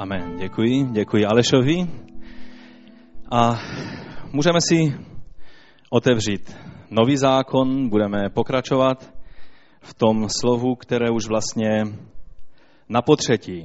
Amen. Děkuji Alešovi. A můžeme si otevřít nový zákon, budeme pokračovat v tom slovu, které už vlastně na potřetí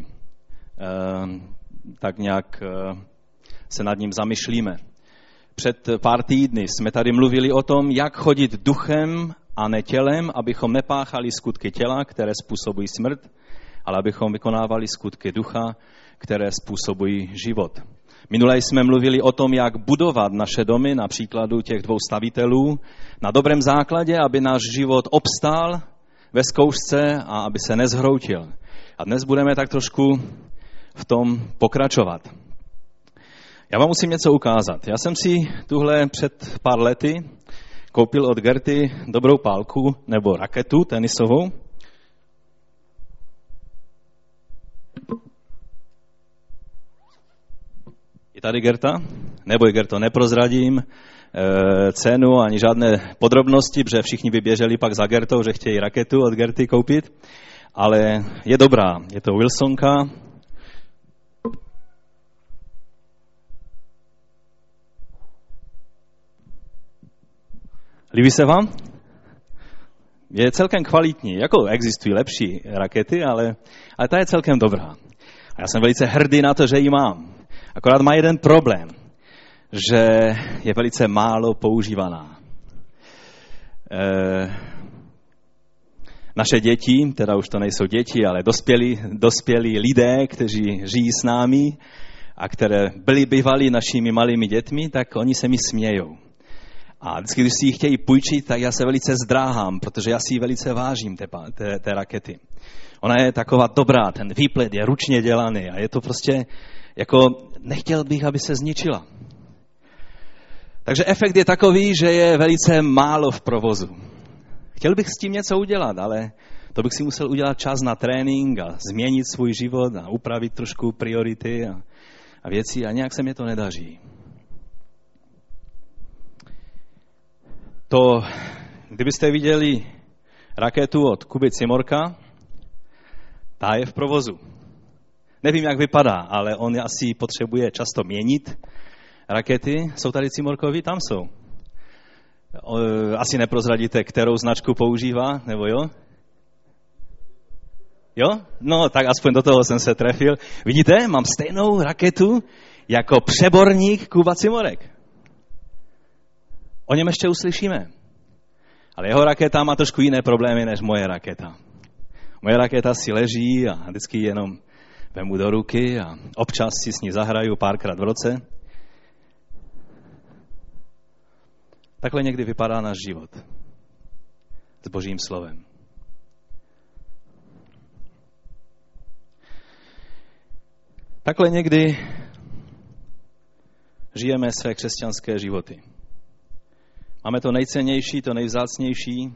tak nějak se nad ním zamyšlíme. Před pár týdny jsme tady mluvili o tom, jak chodit duchem a ne tělem, abychom nepáchali skutky těla, které způsobují smrt, ale abychom vykonávali skutky ducha, které způsobují život. Minule jsme mluvili o tom, jak budovat naše domy na příkladu těch dvou stavitelů na dobrém základě, aby náš život obstál ve zkoušce a aby se nezhroutil. A dnes budeme tak trošku v tom pokračovat. Já vám musím něco ukázat. Já jsem si tuhle před pár lety koupil od Gerty dobrou pálku nebo raketu tenisovou. Je tady Gerta? Neboj, Gerto, neprozradím cenu ani žádné podrobnosti, protože všichni by běželi pak za Gertou, že chtějí raketu od Gerty koupit, ale je dobrá. Je to Wilsonka. Líbí se vám? Je celkem kvalitní. Jako existují lepší rakety, ale ta je celkem dobrá. A já jsem velice hrdý na to, že ji mám. Akorát má jeden problém, že je velice málo používaná. Naše děti, teda už to nejsou děti, ale dospělí lidé, kteří žijí s námi a které bývali našimi malými dětmi, tak oni se mi smějou. A vždycky, když si ji chtějí půjčit, tak já se velice zdráhám, protože já si ji velice vážím, té rakety. Ona je taková dobrá, ten výplet je ručně dělaný a je to prostě, jako nechtěl bych, aby se zničila. Takže efekt je takový, že je velice málo v provozu. Chtěl bych s tím něco udělat, ale to bych si musel udělat čas na trénink a změnit svůj život a upravit trošku priority a věci a nějak se mi to nedaří. To, kdybyste viděli raketu od Kuby Cimorka, ta je v provozu. Nevím, jak vypadá, ale on asi potřebuje často měnit rakety. Jsou tady Cimorkovi? Tam jsou. Asi neprozradíte, kterou značku používá, nebo jo? Jo? No, tak aspoň do toho jsem se trefil. Vidíte, mám stejnou raketu jako přeborník Kuba Cimorek. O něm ještě uslyšíme. Ale jeho raketa má trošku jiné problémy než moje raketa. Moje raketa si leží a vždycky jenom vemu do ruky a občas si s ní zahraju párkrát v roce. Takhle někdy vypadá náš život s Božím slovem. Takhle někdy žijeme své křesťanské životy. Máme to nejcennější, to nejvzácnější,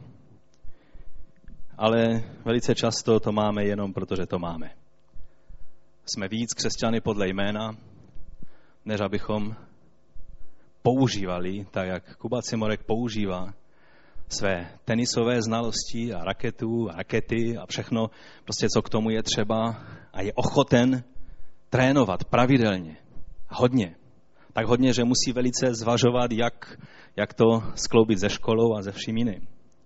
ale velice často to máme jenom proto, že to máme. Jsme víc křesťany podle jména, než abychom používali, tak jak Kuba Cimorek používá své tenisové znalosti a rakety a všechno, prostě co k tomu je třeba a je ochoten trénovat pravidelně, hodně. Tak hodně, že musí velice zvažovat, jak to skloubit se školou a se vším jiným.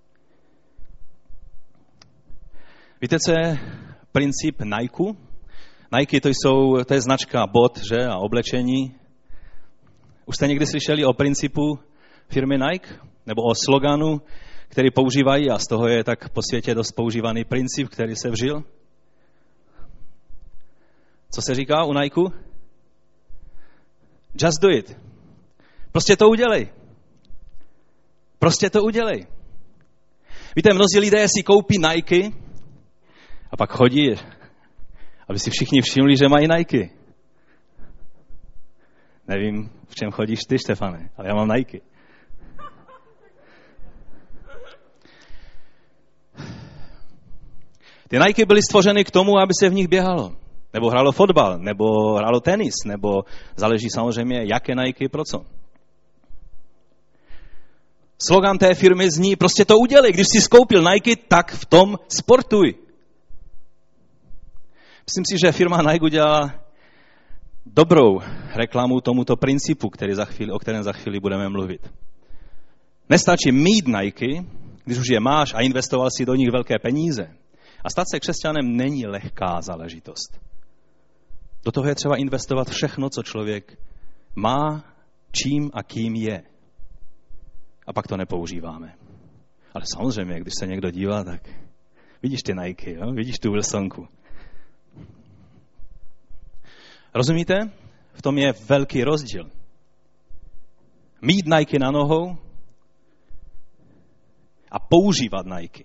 Víte, co je princip Nike? Nike to je značka bot, že, a oblečení. Už jste někdy slyšeli o principu firmy Nike? Nebo o sloganu, který používají a z toho je tak po světě dost používaný princip, který se vžil? Co se říká u Nike? Just do it. Prostě to udělej. Prostě to udělej. Víte, mnozí lidé si koupí Nike a pak chodí, aby si všichni všimli, že mají Nike. Nevím, v čem chodíš ty, Štefane, ale já mám Nike. Ty Nike byly stvořeny k tomu, aby se v nich běhalo. Nebo hrálo fotbal, nebo hrálo tenis, nebo záleží samozřejmě, jaké Nike, pro co. Slogan té firmy zní, prostě to udělej, když jsi skoupil Nike, tak v tom sportuj. Myslím si, že firma Nike udělala dobrou reklamu tomuto principu, o kterém za chvíli budeme mluvit. Nestačí mít Nike, když už je máš a investoval si do nich velké peníze. A stát se křesťanem není lehká záležitost. Do toho je třeba investovat všechno, co člověk má, čím a kým je. A pak to nepoužíváme. Ale samozřejmě, když se někdo dívá, tak vidíš ty Nike, jo? Vidíš tu Wilsonku. Rozumíte? V tom je velký rozdíl. Mít Nike na nohou a používat Nike.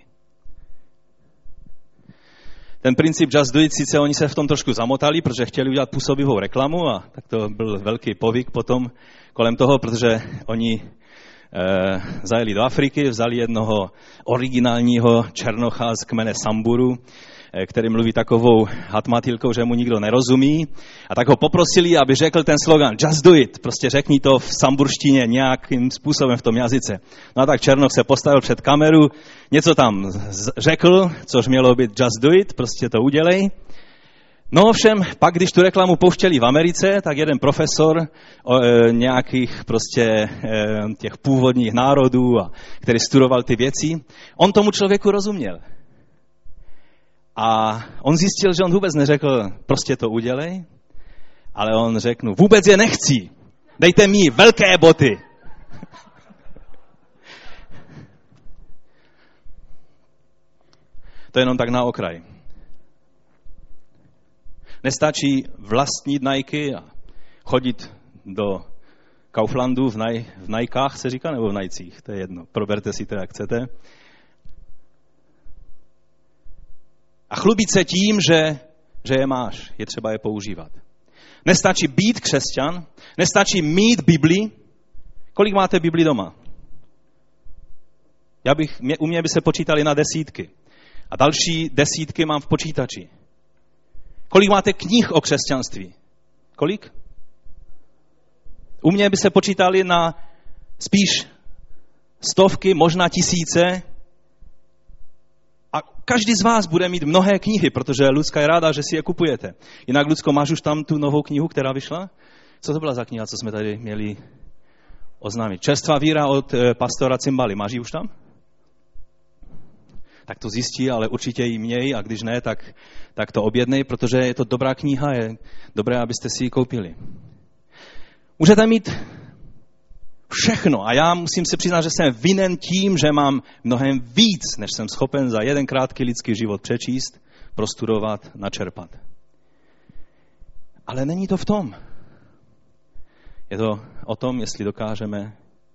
Ten princip Just Do It, sice oni se v tom trošku zamotali, protože chtěli udělat působivou reklamu a tak to byl velký povyk potom kolem toho, protože oni zajeli do Afriky, vzali jednoho originálního černocha z kmene Samburu, který mluví takovou hatmatilkou, že mu nikdo nerozumí. A tak ho poprosili, aby řekl ten slogan Just do it, prostě řekni to v samburštině nějakým způsobem v tom jazyce. No a tak Černoch se postavil před kameru, něco tam řekl, což mělo být Just do it, prostě to udělej. No ovšem, pak když tu reklamu pouštěli v Americe, tak jeden profesor nějakých prostě těch původních národů, který studoval ty věci, on tomu člověku rozuměl. A on zjistil, že on vůbec neřekl, prostě to udělej, ale on řekl, vůbec je nechci, dejte mi velké boty. To je jenom tak na okraj. Nestačí vlastnit Nike a chodit do Kauflandu v Nikách, se říká, nebo v Nikecích, to je jedno, proberte si to, jak chcete. A chlubit se tím, že je máš, je třeba je používat. Nestačí být křesťan, nestačí mít Bibli. Kolik máte Bibli doma? U mě by se počítali na desítky. A další desítky mám v počítači. Kolik máte knih o křesťanství? Kolik? U mě by se počítali na spíš stovky, možná tisíce. A každý z vás bude mít mnohé knihy, protože Lucka je ráda, že si je kupujete. Jinak, Lucko, máš už tam tu novou knihu, která vyšla? Co to byla za kniha, co jsme tady měli oznámit? Čerstvá víra od pastora Cimbaly. Máš ji už tam? Tak to zjistí, ale určitě ji měj a když ne, tak to objednej, protože je to dobrá kniha, je dobré, abyste si ji koupili. Můžete mít všechno a já musím se přiznat, že jsem vinen tím, že mám mnohem víc, než jsem schopen za jeden krátký lidský život přečíst, prostudovat, načerpat. Ale není to v tom. Je to o tom, jestli dokážeme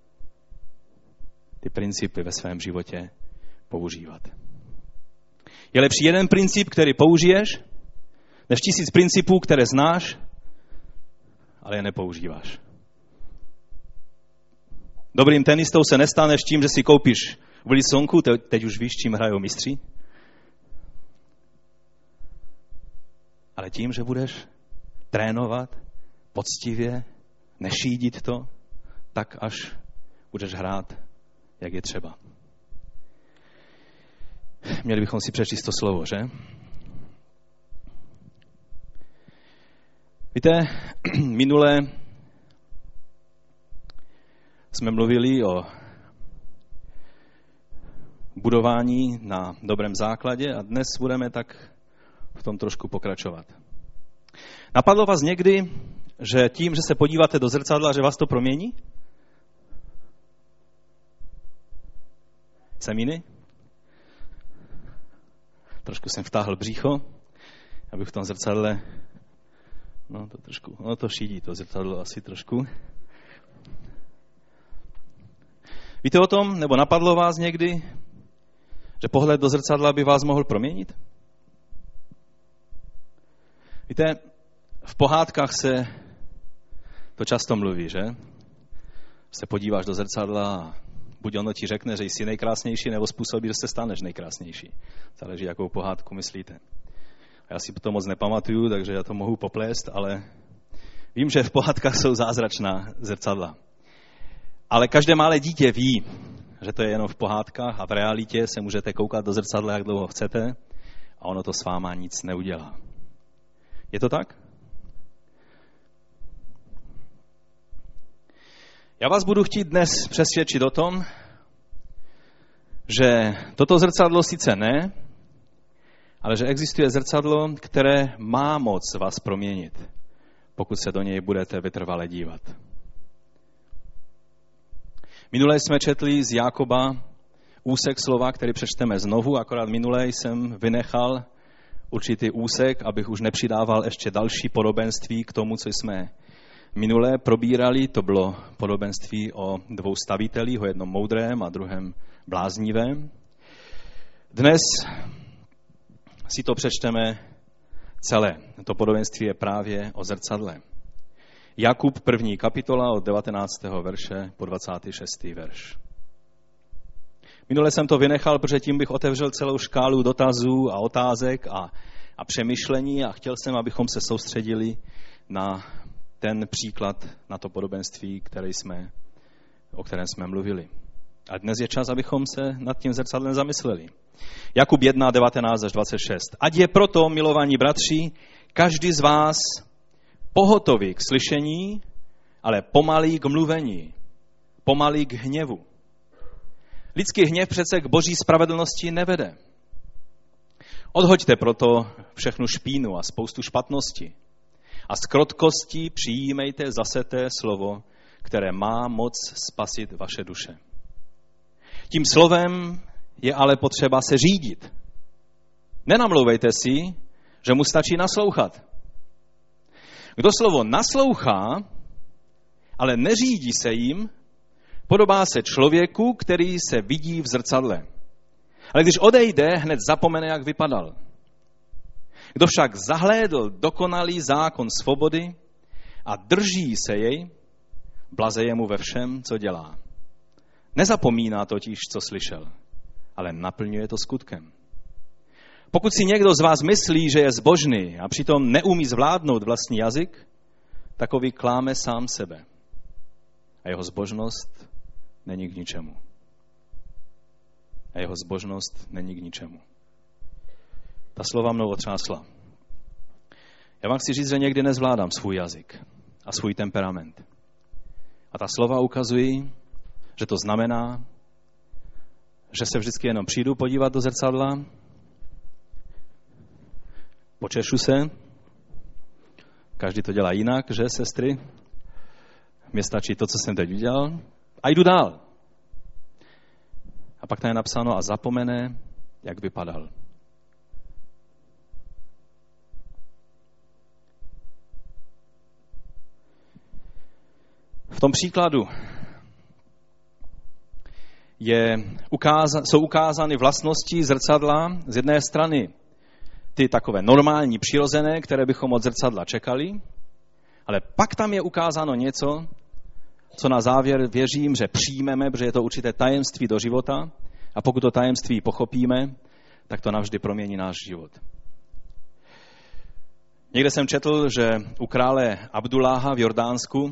ty principy ve svém životě používat. Je lepší jeden princip, který použiješ, než 1000 principů, které znáš, ale je nepoužíváš. Dobrým tenistou se nestaneš tím, že si koupíš Wilsonku, teď už víš, čím hrajou mistři, ale tím, že budeš trénovat poctivě, nešídit to, tak až budeš hrát, jak je třeba. Měli bychom si přečíst to slovo, že? Víte, minule jsme mluvili o budování na dobrém základě a dnes budeme tak v tom trošku pokračovat. Napadlo vás někdy, že tím, že se podíváte do zrcadla, že vás to promění? Semíny? Trošku jsem vtáhl břícho, abych v tom zrcadle, to šídí to zrcadlo asi trošku. Víte o tom, nebo napadlo vás někdy, že pohled do zrcadla by vás mohl proměnit? Víte, v pohádkách se to často mluví, že? Se podíváš do zrcadla a buď ono ti řekne, že jsi nejkrásnější, nebo způsobí, že se staneš nejkrásnější. Záleží, jakou pohádku myslíte. Já si to moc nepamatuju, takže já to mohu poplést, ale vím, že v pohádkách jsou zázračná zrcadla. Ale každé malé dítě ví, že to je jenom v pohádkách a v realitě se můžete koukat do zrcadla, jak dlouho chcete a ono to s váma nic neudělá. Je to tak? Já vás budu chtít dnes přesvědčit o tom, že toto zrcadlo sice ne, ale že existuje zrcadlo, které má moc vás proměnit, pokud se do něj budete vytrvale dívat. Minule jsme četli z Jákoba úsek slova, který přečteme znovu, akorát minule jsem vynechal určitý úsek, abych už nepřidával ještě další podobenství k tomu, co jsme minule probírali. To bylo podobenství o dvou stavitelích, o jednom moudrém a druhém bláznivém. Dnes si to přečteme celé. To podobenství je právě o zrcadle. Jakub 1. kapitola od 19. verše po 26. verš. Minule jsem to vynechal, protože tím bych otevřel celou škálu dotazů a otázek a přemýšlení a chtěl jsem, abychom se soustředili na ten příklad, na to podobenství, o kterém jsme mluvili. A dnes je čas, abychom se nad tím zrcadlem zamysleli. Jakub 1, 19 až 26. Ať je proto, milovaní bratři, každý z vás pohotový k slyšení, ale pomalý k mluvení, pomalý k hněvu. Lidský hněv přece k boží spravedlnosti nevede. Odhoďte proto všechnu špínu a spoustu špatnosti a z krotkostí přijímejte zaseté slovo, které má moc spasit vaše duše. Tím slovem je ale potřeba se řídit. Nenamlouvejte si, že mu stačí naslouchat. Kdo slovo naslouchá, ale neřídí se jim, podobá se člověku, který se vidí v zrcadle. Ale když odejde, hned zapomene, jak vypadal. Kdo však zahlédl dokonalý zákon svobody a drží se jej, blaze jemu ve všem, co dělá. Nezapomíná totiž, co slyšel, ale naplňuje to skutkem. Pokud si někdo z vás myslí, že je zbožný a přitom neumí zvládnout vlastní jazyk, takový kláme sám sebe. A jeho zbožnost není k ničemu. Ta slova mnou otřásla. Já vám chci říct, že někdy nezvládám svůj jazyk a svůj temperament. A ta slova ukazují, že to znamená, že se vždycky jenom přijdu podívat do zrcadla, počešu se, každý to dělá jinak, že sestry? Mně stačí to, co jsem teď udělal a jdu dál. A pak tam je napsáno a zapomene, jak vypadal. V tom příkladu jsou ukázány vlastnosti zrcadla z jedné strany ty takové normální, přirozené, které bychom od zrcadla čekali, ale pak tam je ukázáno něco, co na závěr věřím, že přijmeme, protože je to určité tajemství do života a pokud to tajemství pochopíme, tak to navždy promění náš život. Někde jsem četl, že u krále Abduláha v Jordánsku,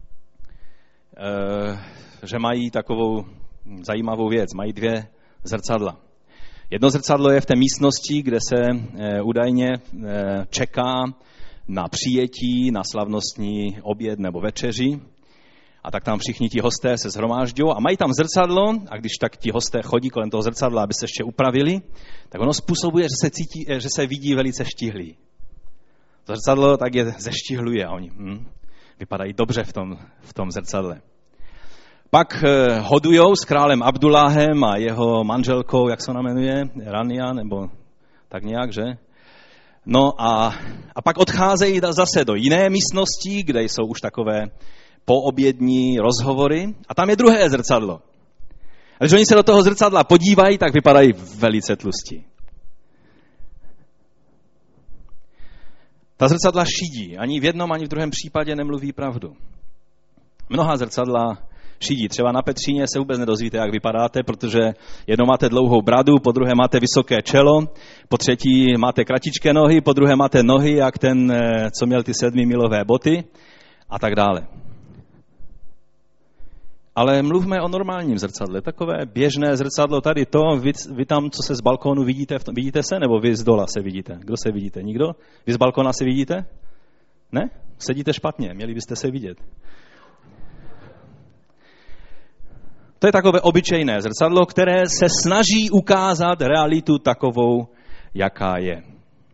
že mají takovou zajímavou věc, mají 2 zrcadla. Jedno zrcadlo je v té místnosti, kde se údajně čeká na přijetí, na slavnostní oběd nebo večeři. A tak tam všichni ti hosté se shromážďují a mají tam zrcadlo a když tak ti hosté chodí kolem toho zrcadla, aby se ještě upravili, tak ono způsobuje, že se vidí velice štihlí. To zrcadlo tak je zeštihluje a oni vypadají dobře v tom zrcadle. Pak hodujou s králem Abduláhem a jeho manželkou, jak se ona jmenuje, Rania, nebo tak nějak, že? No a pak odcházejí zase do jiné místnosti, kde jsou už takové poobědní rozhovory a tam je druhé zrcadlo. A když oni se do toho zrcadla podívají, tak vypadají velice tlustí. Ta zrcadla šidí. Ani v jednom, ani v druhém případě nemluví pravdu. Mnoha zrcadla šidí. Třeba na Petříně se vůbec nedozvíte, jak vypadáte, protože jedno máte dlouhou bradu, po druhé máte vysoké čelo, po třetí máte kratičké nohy, po druhé máte nohy, jak ten, co měl ty 7milové boty a tak dále. Ale mluvme o normálním zrcadle. Takové běžné zrcadlo tady to, vy tam, co se z balkónu vidíte, vidíte se, nebo vy z dola se vidíte? Kdo se vidíte? Nikdo? Vy z balkóna se vidíte? Ne? Sedíte špatně, měli byste se vidět. To je takové obyčejné zrcadlo, které se snaží ukázat realitu takovou, jaká je.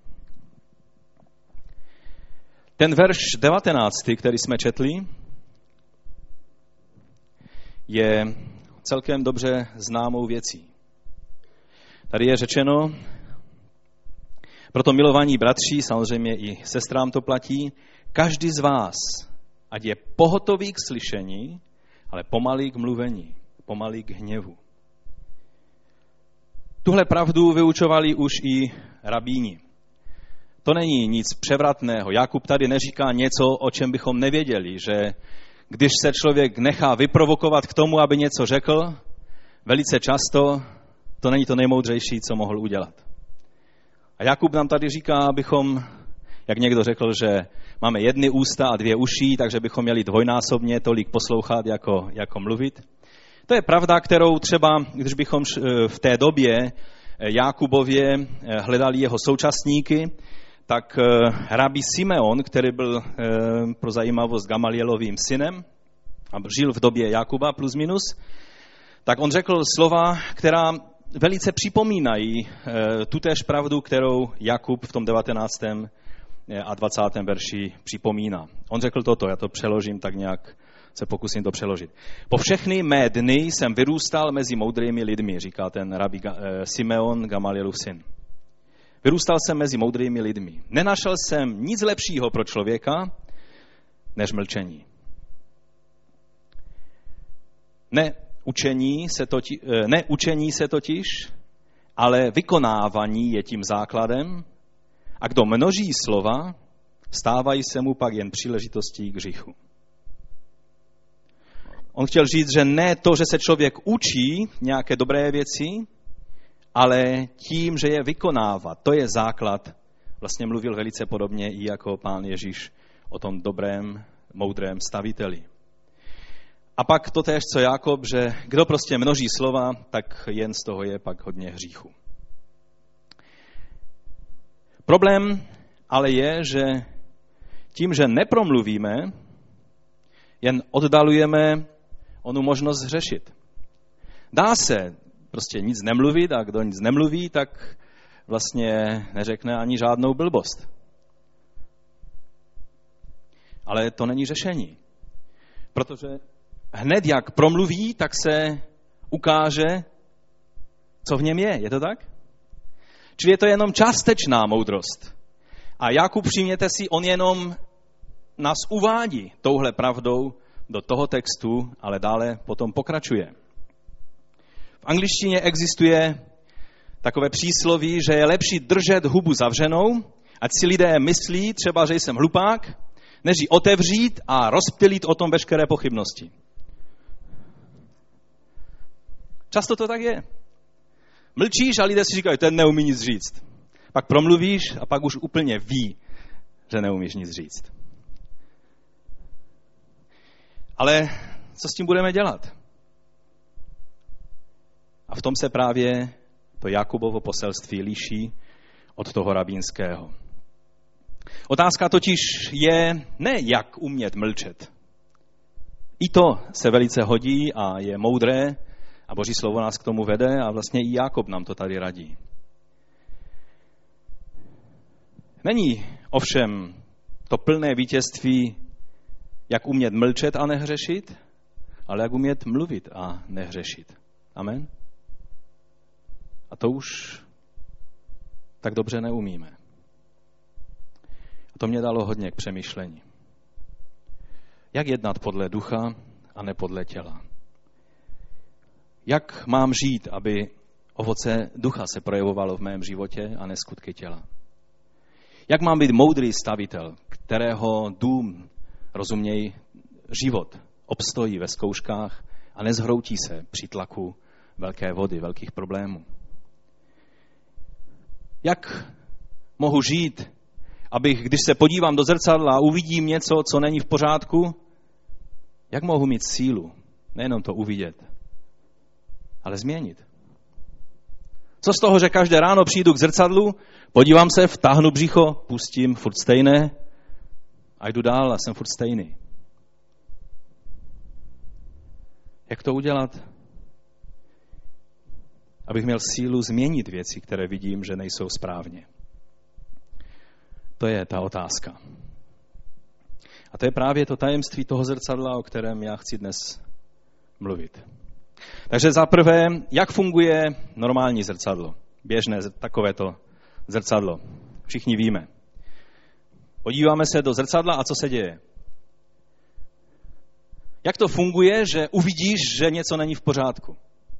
Ten verš 19, který jsme četli, je celkem dobře známou věcí. Tady je řečeno, proto milovaní bratři, samozřejmě i sestrám to platí, každý z vás, ať je pohotový k slyšení, ale pomalý k mluvení, pomalý k hněvu. Tuhle pravdu vyučovali už i rabíni. To není nic převratného. Jakub tady neříká něco, o čem bychom nevěděli, že když se člověk nechá vyprovokovat k tomu, aby něco řekl, velice často to není to nejmoudřejší, co mohl udělat. A Jakub nám tady říká, abychom, jak někdo řekl, že máme jedny ústa a dvě uší, takže bychom měli dvojnásobně tolik poslouchat, jako mluvit. To je pravda, kterou třeba, když bychom v té době Jakubově hledali jeho současníky, tak rabí Simeon, který byl pro zajímavost Gamalielovým synem a žil v době Jakuba plus minus, tak on řekl slova, která velice připomínají tutéž pravdu, kterou Jakub v tom 19. a 20. verši připomíná. On řekl toto, já to přeložím tak nějak, se pokusím to přeložit. Po všechny mé dny jsem vyrůstal mezi moudrými lidmi, říká ten rabí Simeon, Gamalielův syn. Vyrůstal jsem mezi moudrými lidmi. Nenašel jsem nic lepšího pro člověka, než mlčení. Neučení se totiž, ale vykonávání je tím základem a kdo množí slova, stávají se mu pak jen příležitostí k hříchu. On chtěl říct, že ne to, že se člověk učí nějaké dobré věci, ale tím, že je vykonávat. To je základ. Vlastně mluvil velice podobně i jako Pán Ježíš o tom dobrém, moudrém staviteli. A pak to též, co Jákob, že kdo prostě množí slova, tak jen z toho je pak hodně hříchu. Problém ale je, že tím, že nepromluvíme, jen oddalujeme onu možnost hřešit. Dá se prostě nic nemluvit a kdo nic nemluví, tak vlastně neřekne ani žádnou blbost. Ale to není řešení. Protože hned jak promluví, tak se ukáže, co v něm je. Je to tak? Čili je to jenom částečná moudrost. A Jakub, všimněte si, on jenom nás uvádí touhle pravdou do toho textu, ale dále potom pokračuje. V angličtině existuje takové přísloví, že je lepší držet hubu zavřenou, ať si lidé myslí třeba, že jsem hlupák, než ji otevřít a rozptýlit o tom veškeré pochybnosti. Často to tak je. Mlčíš a lidé si říkají, ten neumí nic říct. Pak promluvíš a pak už úplně ví, že neumíš nic říct. Ale co s tím budeme dělat? A v tom se právě to Jakubovo poselství liší od toho rabínského. Otázka totiž je ne jak umět mlčet. I to se velice hodí a je moudré a Boží slovo nás k tomu vede a vlastně i Jákob nám to tady radí. Není ovšem to plné vítězství, jak umět mlčet a nehřešit, ale jak umět mluvit a nehřešit. Amen? A to už tak dobře neumíme. A to mě dalo hodně k přemýšlení. Jak jednat podle ducha a ne podle těla? Jak mám žít, aby ovoce ducha se projevovalo v mém životě a ne skutky těla? Jak mám být moudrý stavitel, kterého dům, rozuměj, život obstojí ve zkouškách a nezhroutí se při tlaku velké vody, velkých problémů? Jak mohu žít, abych, když se podívám do zrcadla a uvidím něco, co není v pořádku, jak mohu mít sílu nejenom to uvidět, ale změnit? Co z toho, že každé ráno přijdu k zrcadlu, podívám se, vtáhnu břicho, pustím, furt stejné a jdu dál a jsem furt stejný. Jak to udělat abych měl sílu změnit věci, které vidím, že nejsou správně. To je ta otázka. A to je právě to tajemství toho zrcadla, o kterém já chci dnes mluvit. Takže za prvé, jak funguje normální zrcadlo? Běžné takovéto zrcadlo. Všichni víme. Podíváme se do zrcadla a co se děje? Jak to funguje, že uvidíš, že něco není v pořádku?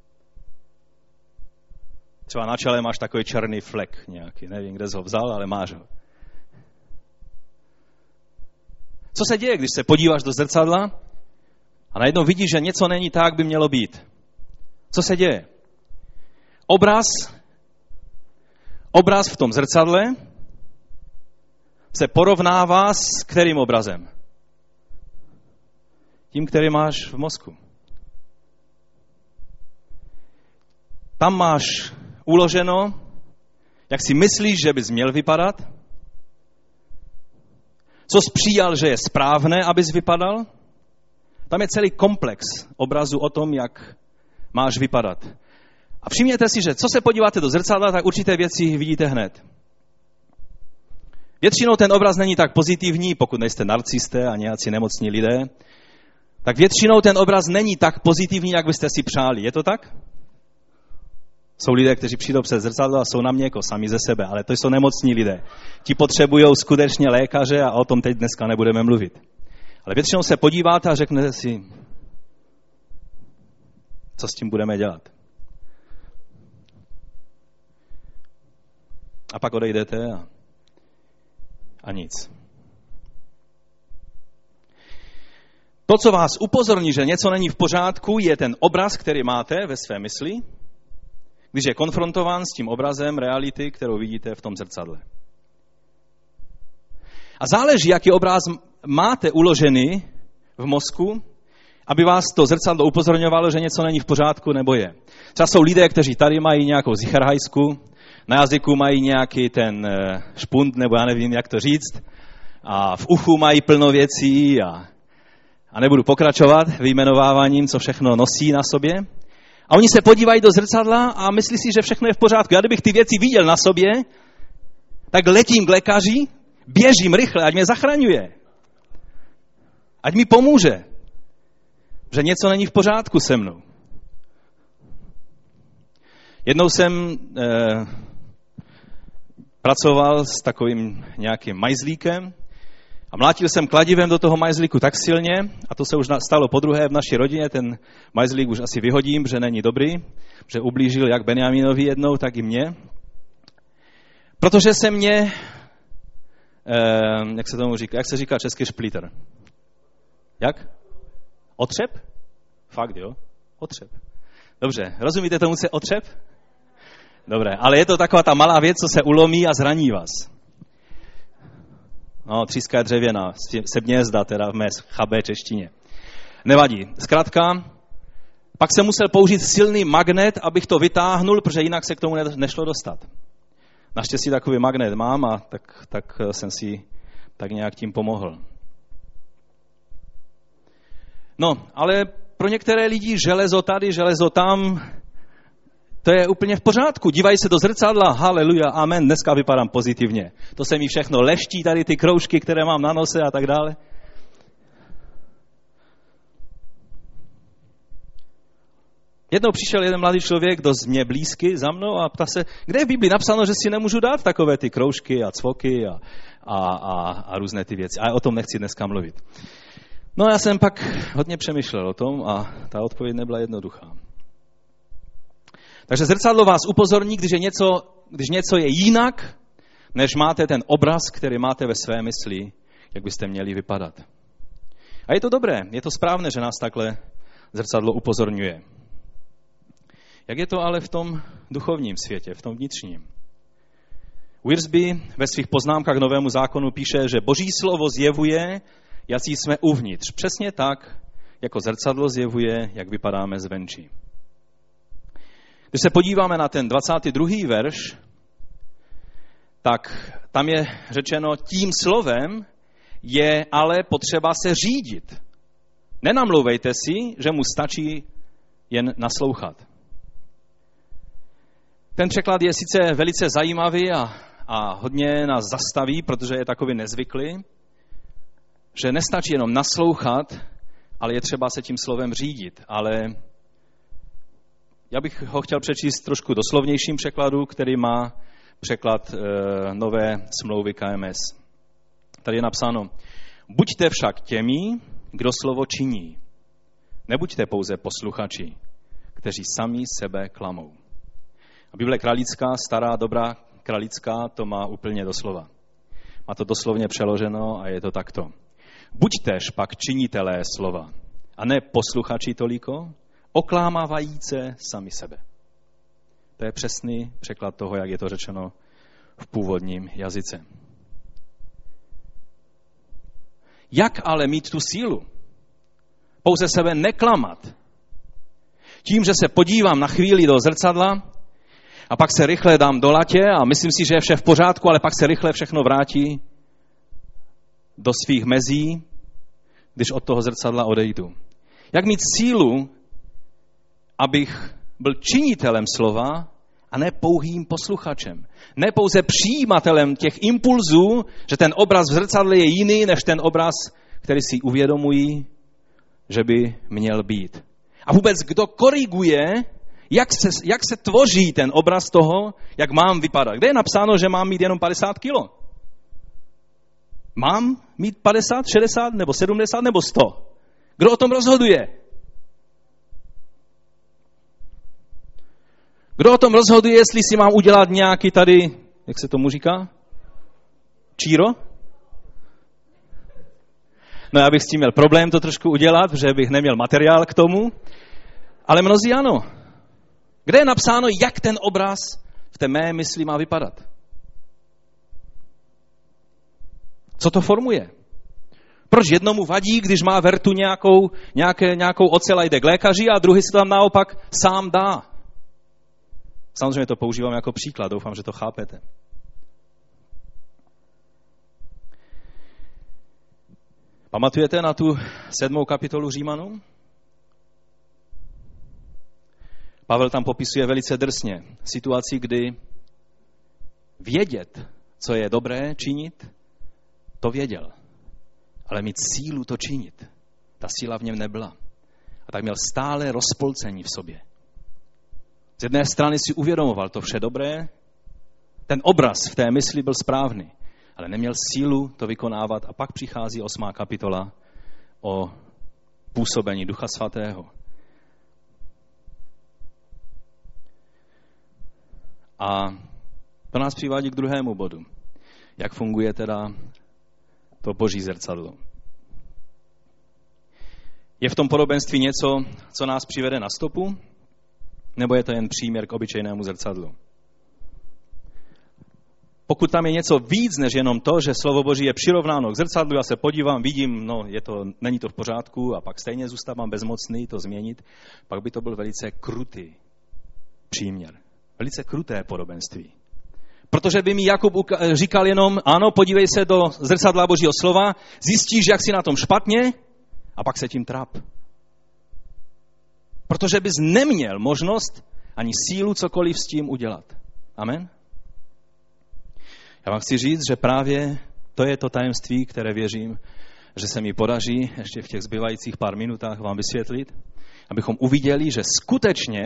Třeba na čele máš takový černý flek nějaký, nevím, kde jsi ho vzal, ale máš ho. Co se děje, když se podíváš do zrcadla a najednou vidíš, že něco není tak, by mělo být? Co se děje? Obraz v tom zrcadle se porovnává s kterým obrazem? Tím, který máš v mozku. Tam máš uloženo, jak si myslíš, že bys měl vypadat, co jsi přijal, že je správné, abys vypadal. Tam je celý komplex obrazu o tom, jak máš vypadat. A všimněte si, že co se podíváte do zrcadla, tak určité věci vidíte hned. Většinou ten obraz není tak pozitivní, pokud nejste narcisté a nějací nemocní lidé, tak většinou ten obraz není tak pozitivní, jak byste si přáli. Je to tak? Jsou lidé, kteří přijdou před zrcadlo a jsou na mě jako sami ze sebe, ale to jsou nemocní lidé. Ti potřebují skutečně lékaře a o tom teď dneska nebudeme mluvit. Ale většinou se podíváte a řeknete si, co s tím budeme dělat. A pak odejdete a nic. To, co vás upozorní, že něco není v pořádku, je ten obraz, který máte ve své mysli, když je konfrontován s tím obrazem reality, kterou vidíte v tom zrcadle. A záleží, jaký obraz máte uložený v mozku, aby vás to zrcadlo upozorňovalo, že něco není v pořádku, nebo je. Třeba jsou lidé, kteří tady mají nějakou zicherhajsku, na jazyku mají nějaký ten špunt, nebo já nevím, jak to říct, a v uchu mají plno věcí a nebudu pokračovat vyjmenováváním, co všechno nosí na sobě. A oni se podívají do zrcadla a myslí si, že všechno je v pořádku. Já kdybych ty věci viděl na sobě, tak letím k lékaři, běžím rychle, ať mě zachraňuje. Ať mi pomůže, že něco není v pořádku se mnou. Jednou jsem pracoval s takovým nějakým majzlíkem a mlátil jsem kladivem do toho majzlíku tak silně, a to se už stalo podruhé v naší rodině, ten majzlík už asi vyhodím, že není dobrý, že ublížil jak Benjaminovi jednou, tak i mně. Protože se mě, jak se říká český šplíter? Jak? Otřep? Fakt, jo? Otřep. Dobře, rozumíte tomu, co je otřep? Dobré, ale je to taková ta malá věc, co se ulomí a zraní vás. No, tříska je dřevěná, sebnězda teda v mé chabé češtině. Nevadí. Zkrátka, pak jsem musel použít silný magnet, abych to vytáhnul, protože jinak se k tomu nešlo dostat. Naštěstí takový magnet mám a tak jsem si tak nějak tím pomohl. No, ale pro některé lidi železo tady, železo tam, to je úplně v pořádku. Dívají se do zrcadla, haleluja, amen, dneska vypadám pozitivně. To se mi všechno leští, tady ty kroužky, které mám na nose a tak dále. Jednou přišel jeden mladý člověk, dost mě blízky za mnou a ptá se, kde je v Biblii napsáno, že si nemůžu dát takové ty kroužky a cvoky a různé ty věci. A o tom nechci dneska mluvit. No já jsem pak hodně přemýšlel o tom a ta odpověď nebyla jednoduchá. Takže zrcadlo vás upozorní, když něco je jinak, než máte ten obraz, který máte ve své mysli, jak byste měli vypadat. A je to dobré, je to správné, že nás takhle zrcadlo upozorňuje. Jak je to ale v tom duchovním světě, v tom vnitřním? Wiersbe ve svých poznámkách k Novému zákonu píše, že Boží slovo zjevuje, jací jsme uvnitř. Přesně tak, jako zrcadlo zjevuje, jak vypadáme zvenčí. Když se podíváme na ten 22. verš, tak tam je řečeno, tím slovem je ale potřeba se řídit. Nenamlouvejte si, že mu stačí jen naslouchat. Ten překlad je sice velice zajímavý a hodně nás zastaví, protože je takový nezvyklý, že nestačí jenom naslouchat, ale je třeba se tím slovem řídit. Ale já bych ho chtěl přečíst trošku doslovnějším překladu, který má překlad nové smlouvy KMS. Tady je napsáno: buďte však těmi, kdo slovo činí. Nebuďte pouze posluchači, kteří sami sebe klamou. A Bible kralická, stará, dobrá kralická, to má úplně doslova. Má to doslovně přeloženo a je to takto. Buďtež pak činitelé slova, a ne posluchači toliko, oklámávajíce sami sebe. To je přesný překlad toho, jak je to řečeno v původním jazyce. Jak ale mít tu sílu? Pouze sebe neklamat. Tím, že se podívám na chvíli do zrcadla a pak se rychle dám do latě a myslím si, že je vše v pořádku, ale pak se rychle všechno vrátí do svých mezí, když od toho zrcadla odejdu. Jak mít sílu, abych byl činitelem slova a ne pouhým posluchačem. Ne pouze přijímatelem těch impulzů, že ten obraz v zrcadle je jiný, než ten obraz, který si uvědomují, že by měl být. A vůbec kdo koriguje, jak se tvoří ten obraz toho, jak mám vypadat. Kde je napsáno, že mám mít jenom 50 kilo? Mám mít 50, 60, nebo 70, nebo 100? Kdo o tom rozhoduje? Kdo o tom rozhoduje, jestli si mám udělat nějaký tady, jak se tomu říká? Číro? No já bych s tím měl problém to trošku udělat, protože bych neměl materiál k tomu, ale mnozí ano. Kde je napsáno, jak ten obraz v té mé mysli má vypadat? Co to formuje? Proč jednomu vadí, když má ve rtu nějakou ocel a jde k lékaři a druhý se tam naopak sám dá? Samozřejmě to používám jako příklad, doufám, že to chápete. Pamatujete na tu 7. kapitolu Římanům? Pavel tam popisuje velice drsně situaci, kdy vědět, co je dobré činit, to věděl. Ale mít sílu to činit, ta síla v něm nebyla. A tak měl stále rozpolcení v sobě. Z jedné strany si uvědomoval to vše dobré, ten obraz v té mysli byl správný, ale neměl sílu to vykonávat a pak přichází 8. kapitola o působení Ducha Svatého. A to nás přivádí k druhému bodu. Jak funguje teda to boží zrcadlo? Je v tom podobenství něco, co nás přivede na stopu? Nebo je to jen příměr k obyčejnému zrcadlu? Pokud tam je něco víc, než jenom to, že slovo Boží je přirovnáno k zrcadlu, já se podívám, vidím, není to v pořádku a pak stejně zůstávám bezmocný to změnit, pak by to byl velice krutý příměr. Velice kruté podobenství. Protože by mi Jakub říkal jenom, ano, podívej se do zrcadla Božího slova, zjistíš, jak jsi na tom špatně a pak se tím tráp. Protože bys neměl možnost ani sílu cokoliv s tím udělat. Amen? Já vám chci říct, že právě to je to tajemství, které věřím, že se mi podaří ještě v těch zbývajících pár minutách vám vysvětlit, abychom uviděli, že skutečně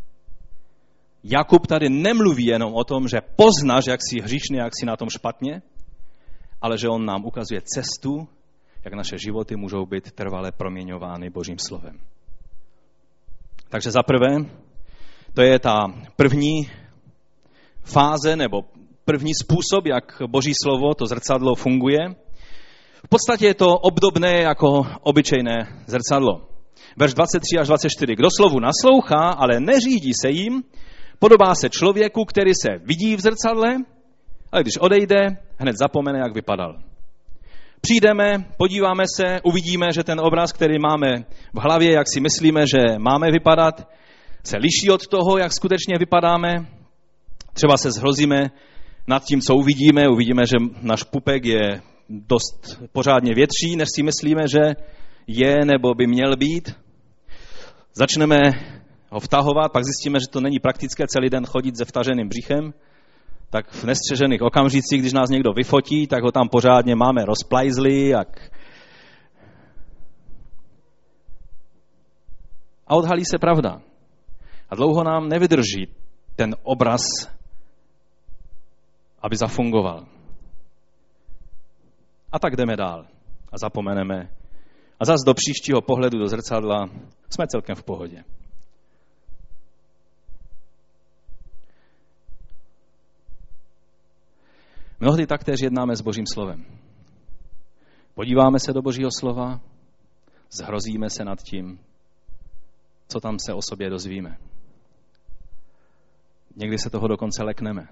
Jakub tady nemluví jenom o tom, že poznáš, jak jsi hříšný, jak jsi na tom špatně, ale že on nám ukazuje cestu, jak naše životy můžou být trvale proměňovány Božím slovem. Takže za prvé, to je ta první fáze nebo první způsob, jak Boží slovo, to zrcadlo funguje. V podstatě je to obdobné jako obyčejné zrcadlo. Verš 23 až 24. Kdo slovu naslouchá, ale neřídí se jim, podobá se člověku, který se vidí v zrcadle, ale když odejde, hned zapomene, jak vypadal. Přijdeme, podíváme se, uvidíme, že ten obraz, který máme v hlavě, jak si myslíme, že máme vypadat, se liší od toho, jak skutečně vypadáme. Třeba se zhrozíme nad tím, co uvidíme. Uvidíme, že náš pupek je dost pořádně větší, než si myslíme, že je nebo by měl být. Začneme ho vtahovat, pak zjistíme, že to není praktické celý den chodit se vtaženým břichem, tak v nestřežených okamžicích, když nás někdo vyfotí, tak ho tam pořádně máme rozplajzli. A odhalí se pravda. A dlouho nám nevydrží ten obraz, aby zafungoval. A tak jdeme dál a zapomeneme. A zas do příštího pohledu do zrcadla jsme celkem v pohodě. Mnohdy taktéž jednáme s Božím slovem. Podíváme se do Božího slova, zhrozíme se nad tím, co tam se o sobě dozvíme. Někdy se toho dokonce lekneme.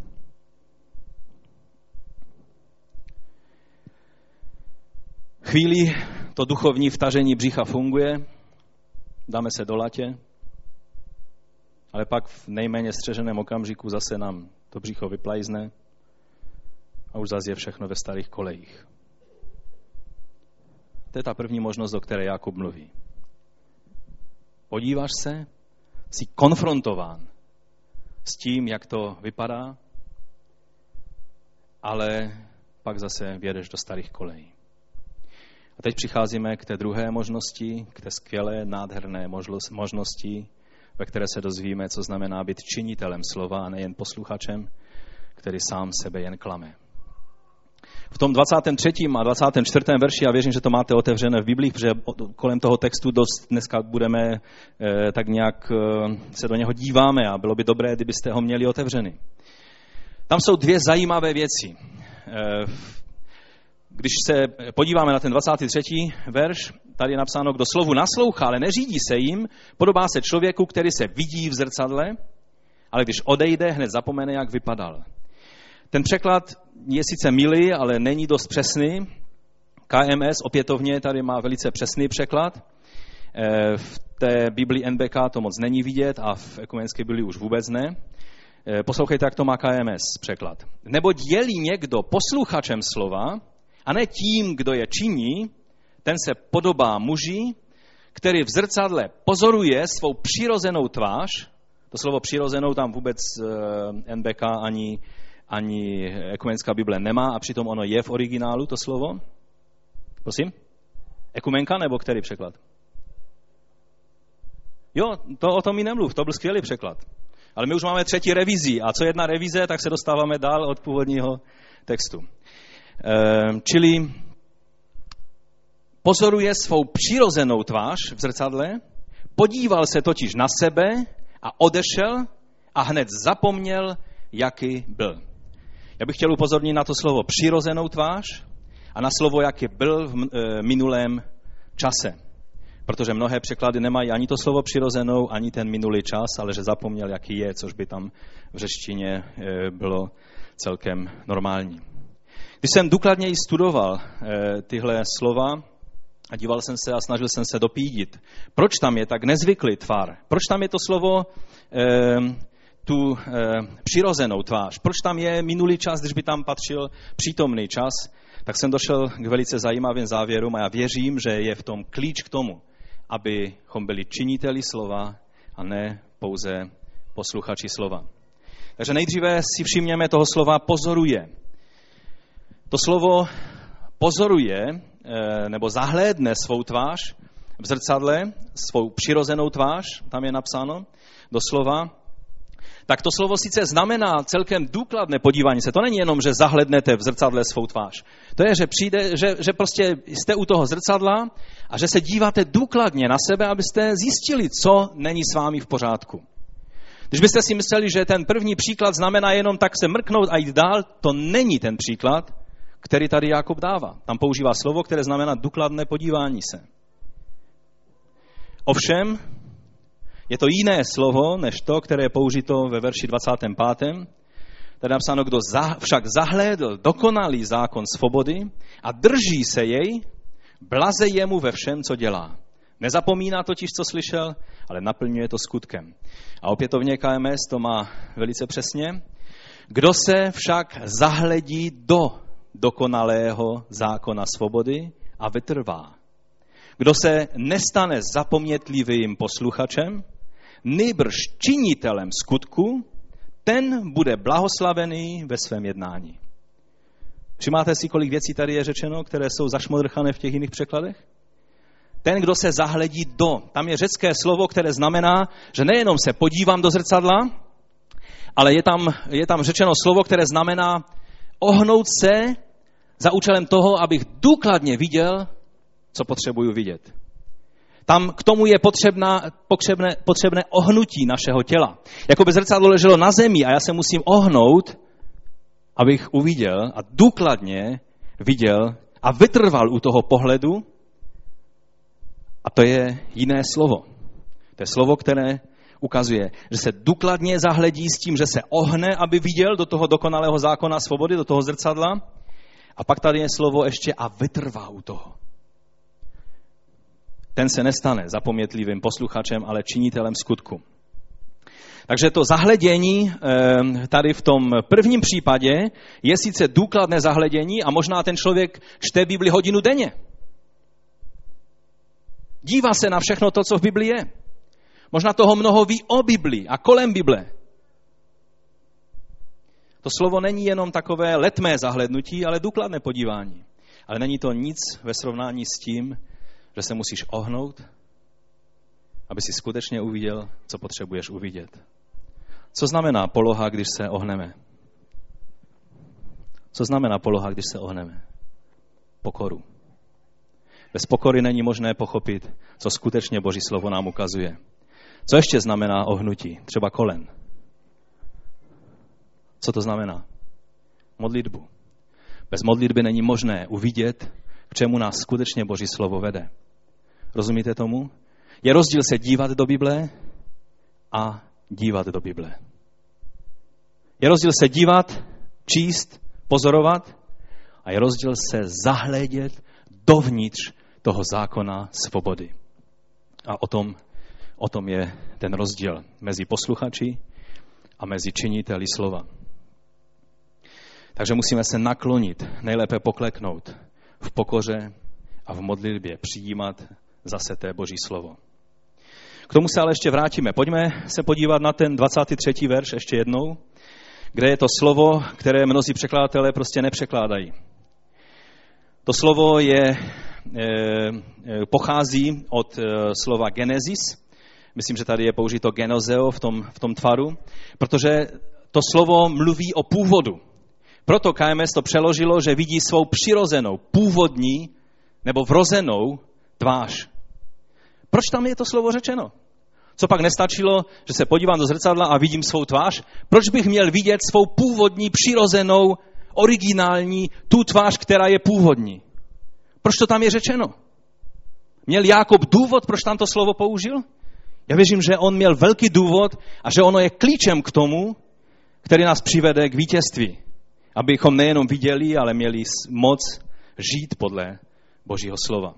Chvíli to duchovní vtažení břicha funguje, dáme se do latě, ale pak v nejméně střeženém okamžiku zase nám to břicho vyplajzne a už zase je všechno ve starých kolejích. To je ta první možnost, o které Jakub mluví. Podíváš se, jsi konfrontován s tím, jak to vypadá, ale pak zase vjedeš do starých kolejí. A teď přicházíme k té druhé možnosti, k té skvělé, nádherné možnosti, ve které se dozvíme, co znamená být činitelem slova a nejen posluchačem, který sám sebe jen klame. V tom 23. a 24. verši, já věřím, že to máte otevřené v Biblii, protože kolem toho textu dost dneska budeme tak nějak se do něho díváme a bylo by dobré, kdybyste ho měli otevřený. Tam jsou dvě zajímavé věci. Když se podíváme na ten 23. verš, tady je napsáno, kdo slovu naslouchá, ale neřídí se jim, podobá se člověku, který se vidí v zrcadle, ale když odejde, hned zapomene, jak vypadal. Ten překlad je sice milý, ale není dost přesný. KMS opětovně tady má velice přesný překlad. V té Biblii NBK to moc není vidět a v ekumenské Biblii už vůbec ne. Poslouchejte, jak to má KMS překlad. Neboť je-li někdo posluchačem slova a ne tím, kdo je činí, ten se podobá muži, který v zrcadle pozoruje svou přirozenou tvář. To slovo přirozenou tam vůbec NBK ani ekumenská Bible nemá a přitom ono je v originálu, to slovo. Prosím? Ekumenka nebo který překlad? Jo, to o tom mi nemluv, to byl skvělý překlad. Ale my už máme 3. revizi a co jedna revize, tak se dostáváme dál od původního textu. Čili pozoruje svou přirozenou tvář v zrcadle, podíval se totiž na sebe a odešel a hned zapomněl, jaký byl. Já bych chtěl upozornit na to slovo přirozenou tvář a na slovo, jaký byl v minulém čase. Protože mnohé překlady nemají ani to slovo přirozenou, ani ten minulý čas, ale že zapomněl, jaký je, což by tam v řečtině bylo celkem normální. Když jsem důkladněji studoval tyhle slova a díval jsem se a snažil jsem se dopídit, proč tam je tak nezvyklý tvar, proč tam je to slovo tu přirozenou tvář, proč tam je minulý čas, když by tam patřil přítomný čas, tak jsem došel k velice zajímavým závěrům a já věřím, že je v tom klíč k tomu, abychom byli činiteli slova a ne pouze posluchači slova. Takže nejdříve si všimněme toho slova pozoruje. To slovo pozoruje nebo zahlédne svou tvář v zrcadle, svou přirozenou tvář, tam je napsáno doslova. Tak to slovo sice znamená celkem důkladné podívání se. To není jenom, že zahlednete v zrcadle svou tvář. To je, že přijde, že prostě jste u toho zrcadla a že se díváte důkladně na sebe, abyste zjistili, co není s vámi v pořádku. Když byste si mysleli, že ten první příklad znamená jenom tak se mrknout a jít dál, to není ten příklad, který tady Jakub dává. Tam používá slovo, které znamená důkladné podívání se. Ovšem, je to jiné slovo, než to, které je použito ve verši 25. Tady je napsáno, kdo však zahlédl dokonalý zákon svobody a drží se jej, blaze jemu ve všem, co dělá. Nezapomíná totiž, co slyšel, ale naplňuje to skutkem. A opětovně KMS to má velice přesně. Kdo se však zahledí do dokonalého zákona svobody a vytrvá. Kdo se nestane zapomnětlivým posluchačem, nýbrž činitelem skutku, ten bude blahoslavený ve svém jednání. Všimáte si, kolik věcí tady je řečeno, které jsou zašmodrchané v těch jiných překladech? Ten, kdo se zahledí do. Tam je řecké slovo, které znamená, že nejenom se podívám do zrcadla, ale je tam řečeno slovo, které znamená ohnout se za účelem toho, abych důkladně viděl, co potřebuju vidět. Tam k tomu je potřebné ohnutí našeho těla. Jakoby zrcadlo leželo na zemi a já se musím ohnout, abych uviděl a důkladně viděl a vytrval u toho pohledu. A to je jiné slovo. To je slovo, které ukazuje, že se důkladně zahledí s tím, že se ohne, aby viděl do toho dokonalého zákona svobody, do toho zrcadla. A pak tady je slovo ještě a vytrvá u toho. Ten se nestane zapomnětlivým posluchačem, ale činitelem skutku. Takže to zahledění tady v tom prvním případě je sice důkladné zahledění a možná ten člověk čte Bibli hodinu denně. Dívá se na všechno to, co v Bibli je. Možná toho mnoho ví o Bibli a kolem Bible. To slovo není jenom takové letmé zahlednutí, ale důkladné podívání. Ale není to nic ve srovnání s tím, že se musíš ohnout, aby si skutečně uviděl, co potřebuješ uvidět. Co znamená poloha, když se ohneme? Co znamená poloha, když se ohneme? Pokoru. Bez pokory není možné pochopit, co skutečně Boží slovo nám ukazuje. Co ještě znamená ohnutí? Třeba kolen. Co to znamená? Modlitbu. Bez modlitby není možné uvidět, k čemu nás skutečně Boží slovo vede. Rozumíte tomu? Je rozdíl se dívat do Bible a dívat do Bible. Je rozdíl se dívat, číst, pozorovat a je rozdíl se zahlédět dovnitř toho zákona svobody. A o tom je ten rozdíl mezi posluchači a mezi činiteli slova. Takže musíme se naklonit, nejlépe pokleknout v pokoře a v modlitbě, přijímat zase té Boží slovo. K tomu se ale ještě vrátíme. Pojďme se podívat na ten 23. verš ještě jednou, kde je to slovo, které mnozí překladatelé prostě nepřekládají. To slovo pochází od slova genesis. Myslím, že tady je použito genozeo v tom tvaru, protože to slovo mluví o původu. Proto KMS to přeložilo, že vidí svou přirozenou, původní nebo vrozenou tvář. Proč tam je to slovo řečeno? Co pak nestačilo, že se podívám do zrcadla a vidím svou tvář? Proč bych měl vidět svou původní, přirozenou, originální, tu tvář, která je původní? Proč to tam je řečeno? Měl Jákob důvod, proč tam to slovo použil? Já věřím, že on měl velký důvod a že ono je klíčem k tomu, který nás přivede k vítězství. Abychom nejenom viděli, ale měli moc žít podle Božího slova.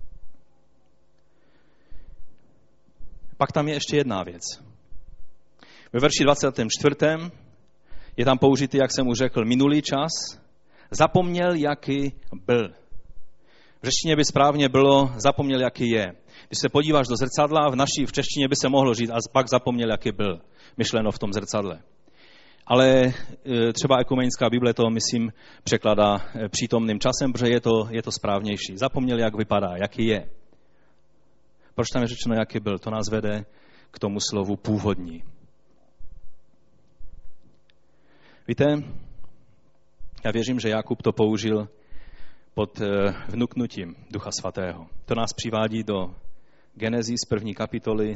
Pak tam je ještě jedna věc. Ve verši 24. je tam použitý, jak jsem už řekl, minulý čas. Zapomněl, jaký byl. V řečtině by správně bylo zapomněl, jaký je. Když se podíváš do zrcadla, v češtině by se mohlo říct a pak zapomněl, jaký byl. Myšleno v tom zrcadle. Ale třeba ekumenická Bible to, myslím, překladá přítomným časem, protože je to správnější. Zapomněl, jak vypadá, jaký je. Proč tam je řečeno, jaký byl? To nás vede k tomu slovu původní. Víte, já věřím, že Jakub to použil pod vnuknutím Ducha Svatého. To nás přivádí do Genesis 1. kapitoly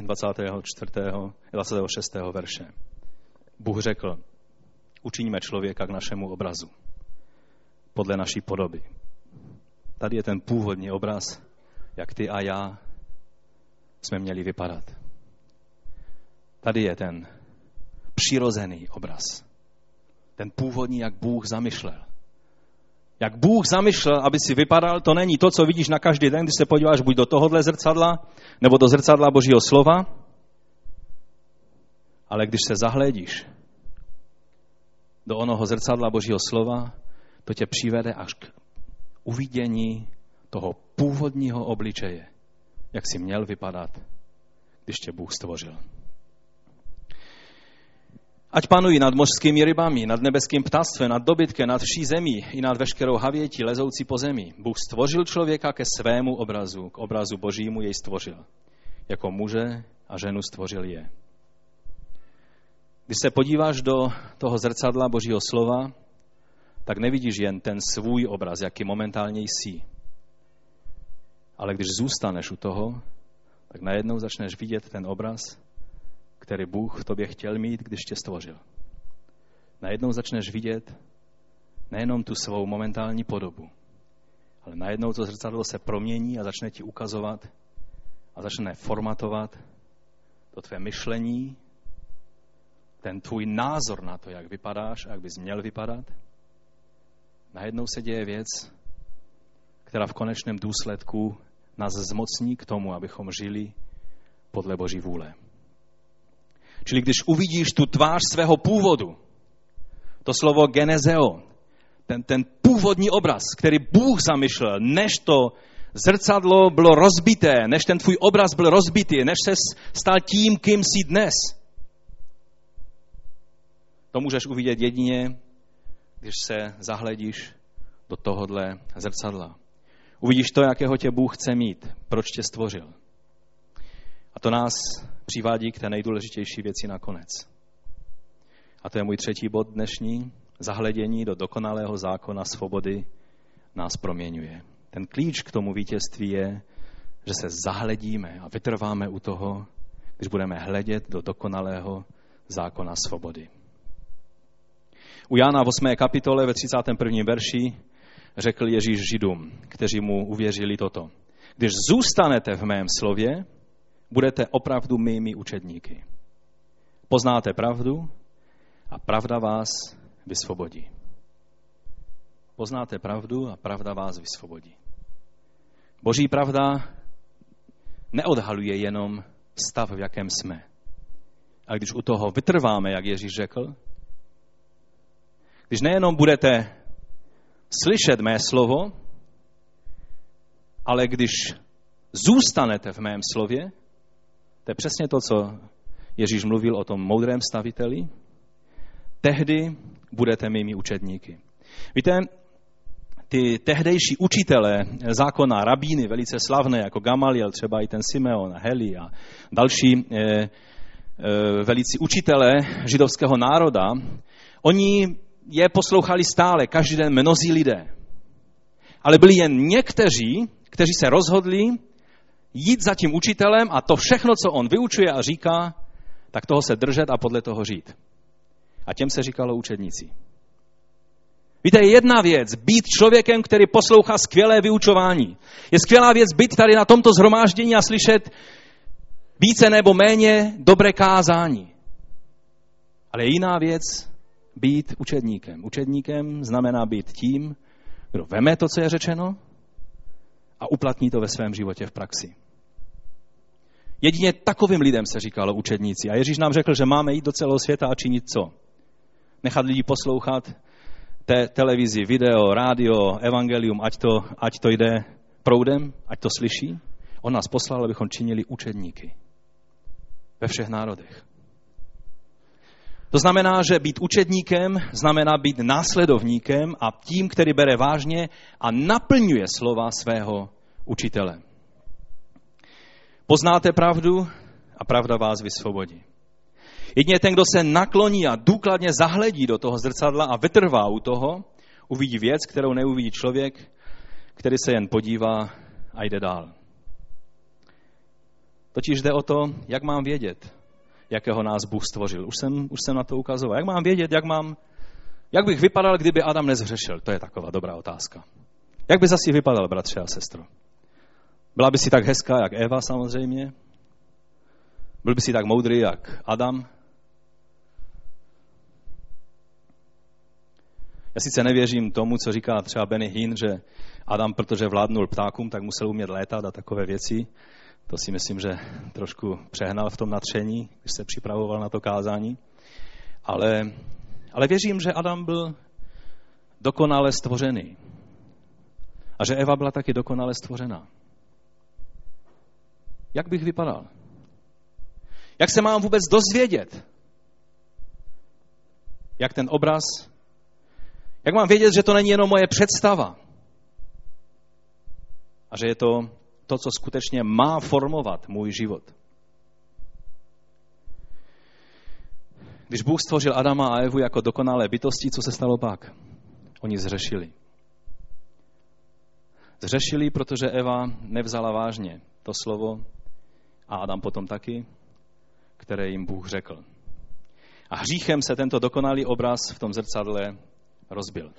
26. verše. Bůh řekl, učiníme člověka k našemu obrazu, podle naší podoby. Tady je ten původní obraz, jak ty a já jsme měli vypadat. Tady je ten přirozený obraz. Ten původní, jak Bůh zamýšlel. Jak Bůh zamýšlel, aby si vypadal, to není to, co vidíš na každý den, když se podíváš buď do tohohle zrcadla, nebo do zrcadla Božího slova. Ale když se zahlédíš do onoho zrcadla Božího slova, to tě přivede až k uvidění toho původního obličeje, jak jsi měl vypadat, když tě Bůh stvořil. Ať panují nad mořskými rybami, nad nebeským ptactvem, nad dobytkem, nad vší zemí i nad veškerou havětí lezoucí po zemi. Bůh stvořil člověka ke svému obrazu, k obrazu Božímu jej stvořil. Jako muže a ženu stvořil je. Když se podíváš do toho zrcadla Božího slova, tak nevidíš jen ten svůj obraz, jaký momentálně jsi. Ale když zůstaneš u toho, tak najednou začneš vidět ten obraz, který Bůh v tobě chtěl mít, když tě stvořil. Najednou začneš vidět nejenom tu svou momentální podobu, ale najednou to zrcadlo se promění a začne ti ukazovat a začne formatovat to tvé myšlení, ten tvůj názor na to, jak vypadáš a jak bys měl vypadat. Najednou se děje věc, která v konečném důsledku nás zmocní k tomu, abychom žili podle Boží vůle. Čili když uvidíš tu tvář svého původu, to slovo genezeo, ten původní obraz, který Bůh zamýšlel, než to zrcadlo bylo rozbité, než ten tvůj obraz byl rozbitý, než se stal tím, kým jsi dnes, to můžeš uvidět jedině, když se zahledíš do tohodle zrcadla. Uvidíš to, jakého tě Bůh chce mít, proč tě stvořil. A to nás přivádí k té nejdůležitější věci nakonec. A to je můj třetí bod dnešní. Zahledění do dokonalého zákona svobody nás proměňuje. Ten klíč k tomu vítězství je, že se zahledíme a vytrváme u toho, když budeme hledět do dokonalého zákona svobody. U Jána v 8. kapitole ve 31. verši řekl Ježíš Židům, kteří mu uvěřili toto. Když zůstanete v mém slově, budete opravdu mými učedníky. Poznáte pravdu a pravda vás vysvobodí. Poznáte pravdu a pravda vás vysvobodí. Boží pravda neodhaluje jenom stav, v jakém jsme. A když u toho vytrváme, jak Ježíš řekl, když nejenom budete slyšet mé slovo, ale když zůstanete v mém slově, to je přesně to, co Ježíš mluvil o tom moudrém staviteli, tehdy budete mými učedníky. Víte, ty tehdejší učitelé zákona, rabíny, velice slavné, jako Gamaliel, třeba i ten Simeon, Heli a další velicí učitelé židovského národa, oni je poslouchali stále, každý den mnozí lidé. Ale byli jen někteří, kteří se rozhodli jít za tím učitelem a to všechno, co on vyučuje a říká, tak toho se držet a podle toho žít. A těm se říkalo učedníci. Víte, je jedna věc, být člověkem, který poslouchá skvělé vyučování. Je skvělá věc být tady na tomto shromáždění a slyšet více nebo méně dobré kázání. Ale je jiná věc být učedníkem. Učedníkem znamená být tím, kdo veme to, co je řečeno a uplatní to ve svém životě v praxi. Jedině takovým lidem se říkalo učedníci. A Ježíš nám řekl, že máme jít do celého světa a činit co? Nechat lidi poslouchat televizi, video, rádio, evangelium, ať to jde proudem, ať to slyší. On nás poslal, abychom činili učedníky ve všech národech. To znamená, že být učedníkem znamená být následovníkem a tím, který bere vážně a naplňuje slova svého učitele. Poznáte pravdu a pravda vás vysvobodí. Jedině ten, kdo se nakloní a důkladně zahledí do toho zrcadla a vytrvá u toho, uvidí věc, kterou neuvidí člověk, který se jen podívá a jde dál. Totiž jde o to, jak mám vědět, jakého nás Bůh stvořil. Už jsem na to ukazoval. Jak mám vědět, jak bych vypadal, kdyby Adam nezhřešil? To je taková dobrá otázka. Jak bys asi vypadal, bratře a sestro? Byla by si tak hezká, jak Eva samozřejmě? Byl by si tak moudrý, jak Adam? Já sice nevěřím tomu, co říká třeba Benny Hinn, že Adam, protože vládnul ptákům, tak musel umět létat a takové věci. To si myslím, že trošku přehnal v tom natření, když se připravoval na to kázání. Ale věřím, že Adam byl dokonale stvořený. A že Eva byla taky dokonale stvořená. Jak bych vypadal? Jak se mám vůbec dozvědět, Jak ten obraz? Jak mám vědět, že to není jenom moje představa? A že je to, co skutečně má formovat můj život. Když Bůh stvořil Adama a Evu jako dokonalé bytosti, co se stalo pak? Oni zhřešili. Zhřešili, protože Eva nevzala vážně to slovo a Adam potom taky, které jim Bůh řekl. A hříchem se tento dokonalý obraz v tom zrcadle rozbil.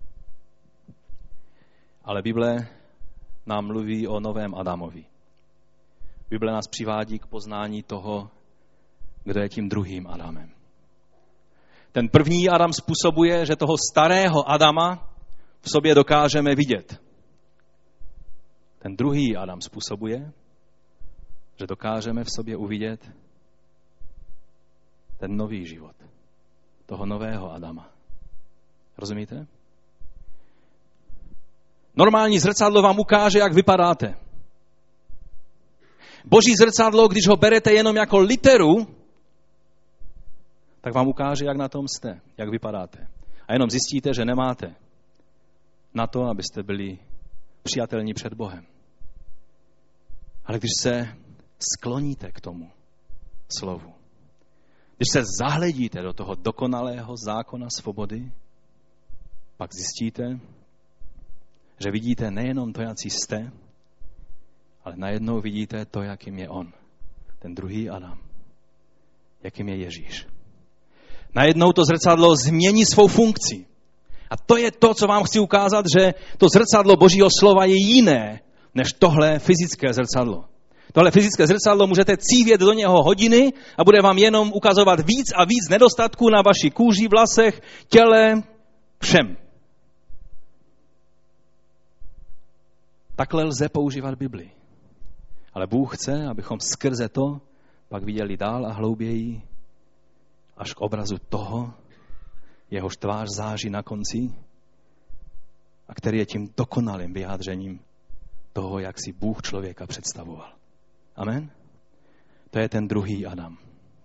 Ale Bible nám mluví o novém Adamovi. Bible nás přivádí k poznání toho, kdo je tím druhým Adamem. Ten první Adam způsobuje, že toho starého Adama v sobě dokážeme vidět. Ten druhý Adam způsobuje, že dokážeme v sobě uvidět ten nový život, toho nového Adama. Rozumíte? Normální zrcadlo vám ukáže, jak vypadáte. Boží zrcadlo, když ho berete jenom jako literu, tak vám ukáže, jak na tom jste, jak vypadáte. A jenom zjistíte, že nemáte na to, abyste byli přijatelní před Bohem. Ale když se skloníte k tomu slovu, když se zahledíte do toho dokonalého zákona svobody, pak zjistíte, že vidíte nejenom to, jaký jste, ale najednou vidíte to, jakým je on. Ten druhý Adam. Jakým je Ježíš. Najednou to zrcadlo změní svou funkci. A to je to, co vám chci ukázat, že to zrcadlo Božího slova je jiné, než tohle fyzické zrcadlo. Tohle fyzické zrcadlo můžete cívět do něho hodiny a bude vám jenom ukazovat víc a víc nedostatků na vaší kůži, vlasech, těle, všem. Takhle lze používat Bibli. Ale Bůh chce, abychom skrze to pak viděli dál a hlouběji až k obrazu toho, jehož tvář září na konci a který je tím dokonalým vyjádřením toho, jak si Bůh člověka představoval. Amen? To je ten druhý Adam.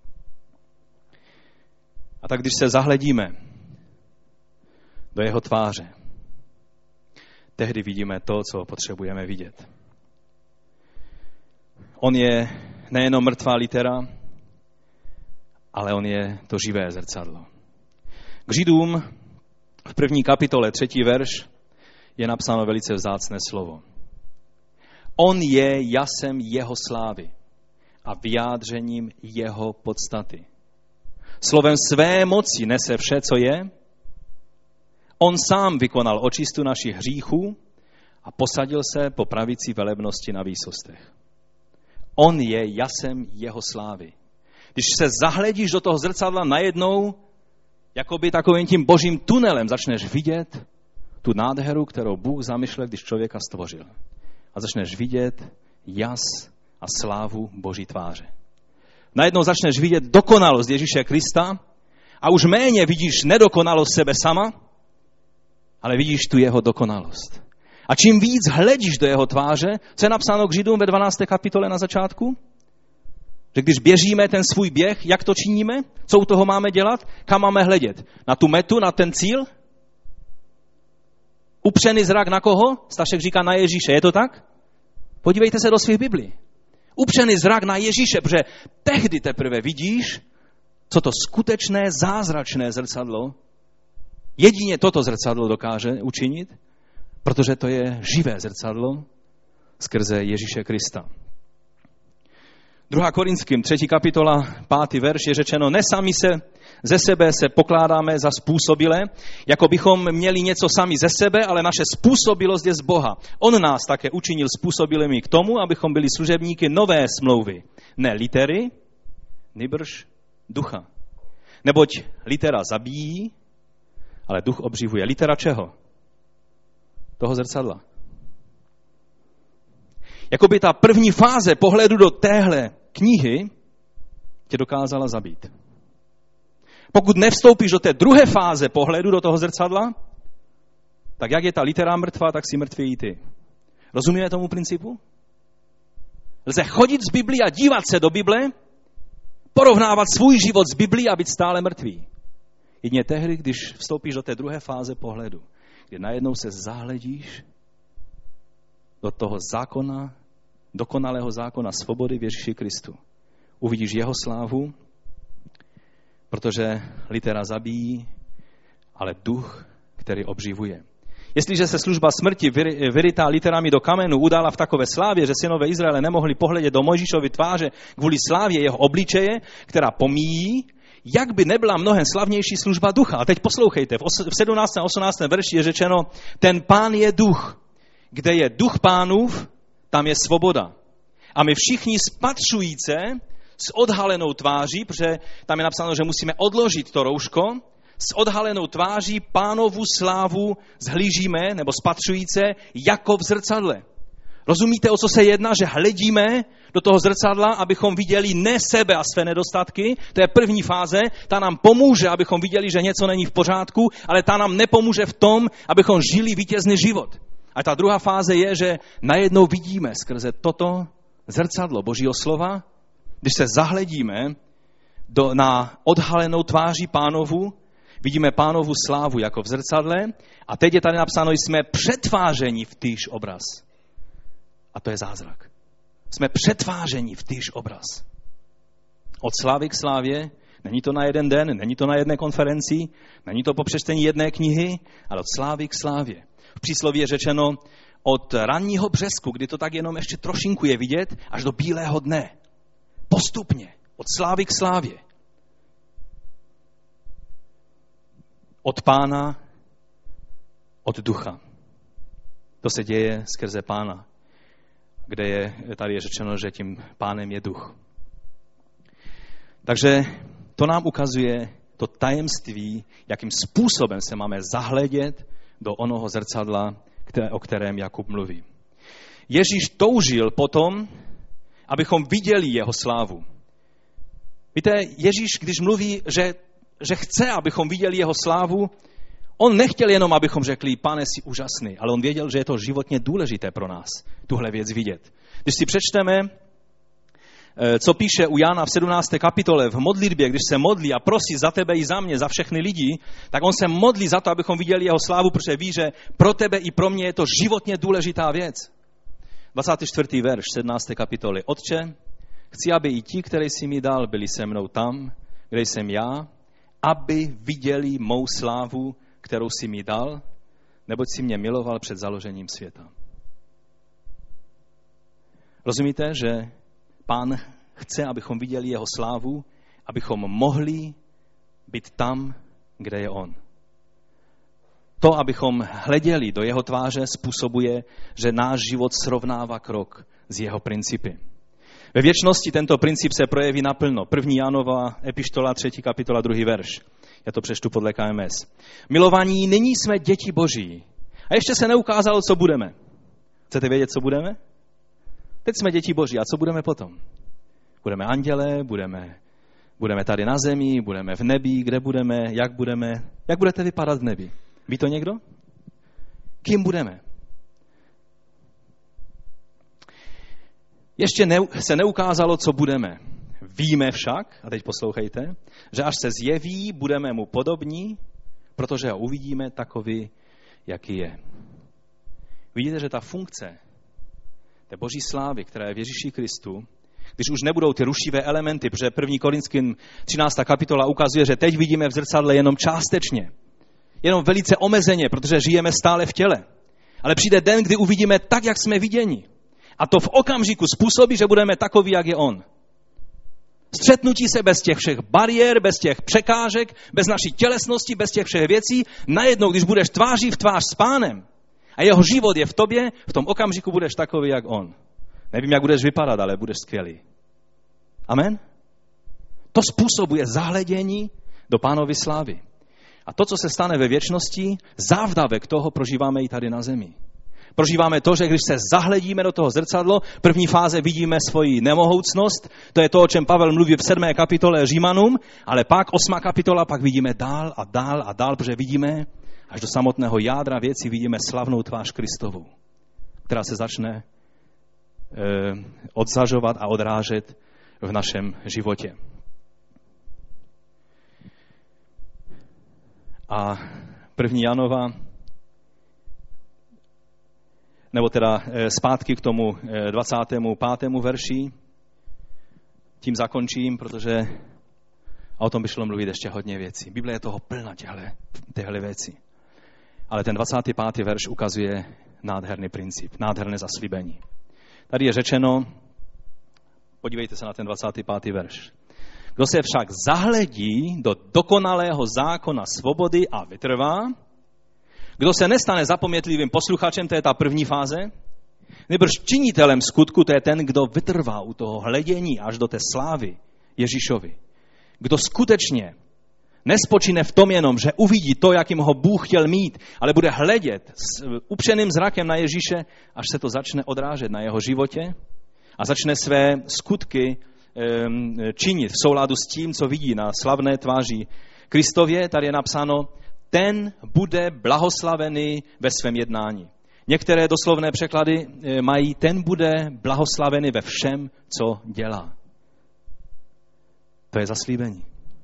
A tak když se zahledíme do jeho tváře, tehdy vidíme to, co potřebujeme vidět. On je nejenom mrtvá litera, ale on je to živé zrcadlo. K Židům v 1. kapitole 3. verš je napsáno velice vzácné slovo. On je jasem jeho slávy a vyjádřením jeho podstaty. Slovem své moci nese vše, co je. On sám vykonal očistu našich hříchů a posadil se po pravici velebnosti na výsostech. On je jasem jeho slávy. Když se zahledíš do toho zrcadla najednou, jakoby takovým tím božím tunelem začneš vidět tu nádheru, kterou Bůh zamýšlel, když člověka stvořil. A začneš vidět jas a slávu Boží tváře. Najednou začneš vidět dokonalost Ježíše Krista a už méně vidíš nedokonalost sebe sama, ale vidíš tu jeho dokonalost. A čím víc hledíš do jeho tváře, co je napsáno k Židům ve 12. kapitole na začátku? Že když běžíme ten svůj běh, jak to činíme? Co u toho máme dělat? Kam máme hledět? Na tu metu, na ten cíl? Upřený zrak na koho? Stašek říká na Ježíše. Je to tak? Podívejte se do svých Biblí. Upřený zrak na Ježíše, protože tehdy teprve vidíš, co to skutečné zázračné zrcadlo, jedině toto zrcadlo dokáže učinit, protože to je živé zrcadlo skrze Ježíše Krista. 2. Korinským, 3. kapitola, 5. verš je řečeno, ne sami ze sebe se pokládáme za způsobilé, jako bychom měli něco sami ze sebe, ale naše způsobilost je z Boha. On nás také učinil způsobilými k tomu, abychom byli služebníky nové smlouvy. Ne litery, nýbrž ducha. Neboť litera zabíjí, ale duch obživuje. Litera čeho? Toho zrcadla. Jakoby ta první fáze pohledu do téhle knihy tě dokázala zabít. Pokud nevstoupíš do té druhé fáze pohledu do toho zrcadla, tak jak je ta litera mrtvá, tak si mrtvý i ty. Rozumíme tomu principu? Lze chodit z Biblí a dívat se do Bible, porovnávat svůj život s Biblí a být stále mrtvý. Jedině tehdy, když vstoupíš do té druhé fáze pohledu, kdy najednou se zahledíš do toho zákona, dokonalého zákona svobody v Ježíši Kristu. Uvidíš jeho slávu, protože litera zabíjí, ale duch, který obživuje. Jestliže se služba smrti vyrytá literami do kamenu udála v takové slávě, že synové Izraele nemohli pohledět do Mojžíšovy tváře kvůli slávě jeho obličeje, která pomíjí, jak by nebyla mnohem slavnější služba ducha. A teď poslouchejte, v 17. a 18. verši je řečeno, ten Pán je duch. Kde je duch Pánův, tam je svoboda. A my všichni spatřujíce s odhalenou tváří, protože tam je napsáno, že musíme odložit to rouško, s odhalenou tváří Pánovu slávu zhlížíme, nebo spatřujíce, jako v zrcadle. Rozumíte, o co se jedná? Že hledíme do toho zrcadla, abychom viděli ne sebe a své nedostatky. To je první fáze. Ta nám pomůže, abychom viděli, že něco není v pořádku, ale ta nám nepomůže v tom, abychom žili vítězný život. A ta druhá fáze je, že najednou vidíme skrze toto zrcadlo Božího slova, když se zahledíme na odhalenou tváří Pánovu, vidíme Pánovu slávu jako v zrcadle a teď je tady napsáno, že jsme přetvářeni v týž obraz. A to je zázrak. Jsme přetvářeni v týž obraz. Od slávy k slávě, není to na jeden den, není to na jedné konferenci, není to po přečtení jedné knihy, ale od slávy k slávě. V přísloví je řečeno od ranního březku, kdy to tak jenom ještě trošinku je vidět, až do bílého dne. Postupně, od slávy k slávě. Od Pána, od ducha. To se děje skrze Pána, kde tady je řečeno, že tím Pánem je duch. Takže to nám ukazuje to tajemství, jakým způsobem se máme zahledět do onoho zrcadla, o kterém Jakub mluví. Ježíš toužil potom, abychom viděli jeho slávu. Víte, Ježíš, když mluví, že chce, abychom viděli jeho slávu, on nechtěl jenom, abychom řekli, Pane, jsi úžasný, ale on věděl, že je to životně důležité pro nás, tuhle věc vidět. Když si přečteme, co píše u Jana v 17. kapitole v modlitbě, když se modlí a prosí za tebe i za mě, za všechny lidi, tak on se modlí za to, abychom viděli jeho slávu, protože ví, že pro tebe i pro mě je to životně důležitá věc. 24. verš 17. kapitoly. Otče, chci, aby i ti, které jsi mi dal, byli se mnou tam, kde jsem já, aby viděli mou slávu, kterou jsi mi dal, neboť jsi mě miloval před založením světa. Rozumíte, že Pán chce, abychom viděli jeho slávu, abychom mohli být tam, kde je on. To, abychom hleděli do jeho tváře, způsobuje, že náš život srovnává krok s jeho principy. Ve věčnosti tento princip se projeví naplno. 1. Janova epištola, 3. kapitola, 2. verš. Já to přečtu podle KMS. Milovaní, nyní jsme děti Boží. A ještě se neukázalo, co budeme. Chcete vědět, co budeme? Teď jsme děti Boží. A co budeme potom? Budeme anděle, budeme tady na zemi, budeme v nebi, kde budeme, jak budete vypadat v nebi? Ví to někdo? Kým budeme? Ještě se neukázalo, co budeme. Víme však, a teď poslouchejte, že až se zjeví, budeme mu podobní, protože ho uvidíme takový, jaký je. Vidíte, že ta funkce té Boží slávy, která je v Ježíši Kristu, když už nebudou ty rušivé elementy, protože 1. Korinským 13. kapitola ukazuje, že teď vidíme v zrcadle jenom částečně, jenom velice omezeně, protože žijeme stále v těle. Ale přijde den, kdy uvidíme tak, jak jsme viděni. A to v okamžiku způsobí, že budeme takoví, jak je on. Střetnutí se bez těch všech bariér, bez těch překážek, bez naší tělesnosti, bez těch všech věcí. Najednou, když budeš tváří v tvář s Pánem a jeho život je v tobě, v tom okamžiku budeš takový, jak on. Nevím, jak budeš vypadat, ale budeš skvělý. Amen? To způsobuje zahledění do Pánovy slávy. A to, co se stane ve věčnosti, závdavek toho prožíváme i tady na zemi. Prožíváme to, že když se zahledíme do toho zrcadlo, první fáze vidíme svoji nemohoucnost, to je to, o čem Pavel mluví v 7. kapitole Římanům, ale pak 8. kapitola, pak vidíme dál a dál a dál, protože vidíme, až do samotného jádra věci vidíme slavnou tvář Kristovu, která se začne odzažovat a odrážet v našem životě. A 1. Janova, nebo teda zpátky k tomu 25. verši, tím zakončím, protože a o tom by šlo mluvit ještě hodně věcí. Bible je toho plná těchto věcí. Ale ten 25. verš ukazuje nádherný princip, nádherné zaslíbení. Tady je řečeno, podívejte se na ten 25. verš. Kdo se však zahledí do dokonalého zákona svobody a vytrvá, kdo se nestane zapomětlivým posluchačem, to je ta první fáze, nebož činitelem skutku, to je ten, kdo vytrvá u toho hledění až do té slávy Ježíšovi. Kdo skutečně nespočine v tom jenom, že uvidí to, jakým ho Bůh chtěl mít, ale bude hledět s upřeným zrakem na Ježíše, až se to začne odrážet na jeho životě a začne své skutky činit v souladu s tím, co vidí na slavné tváři Kristově. Tady je napsáno, ten bude blahoslavený ve svém jednání. Některé doslovné překlady mají, ten bude blahoslavený ve všem, co dělá. To je zaslíbení.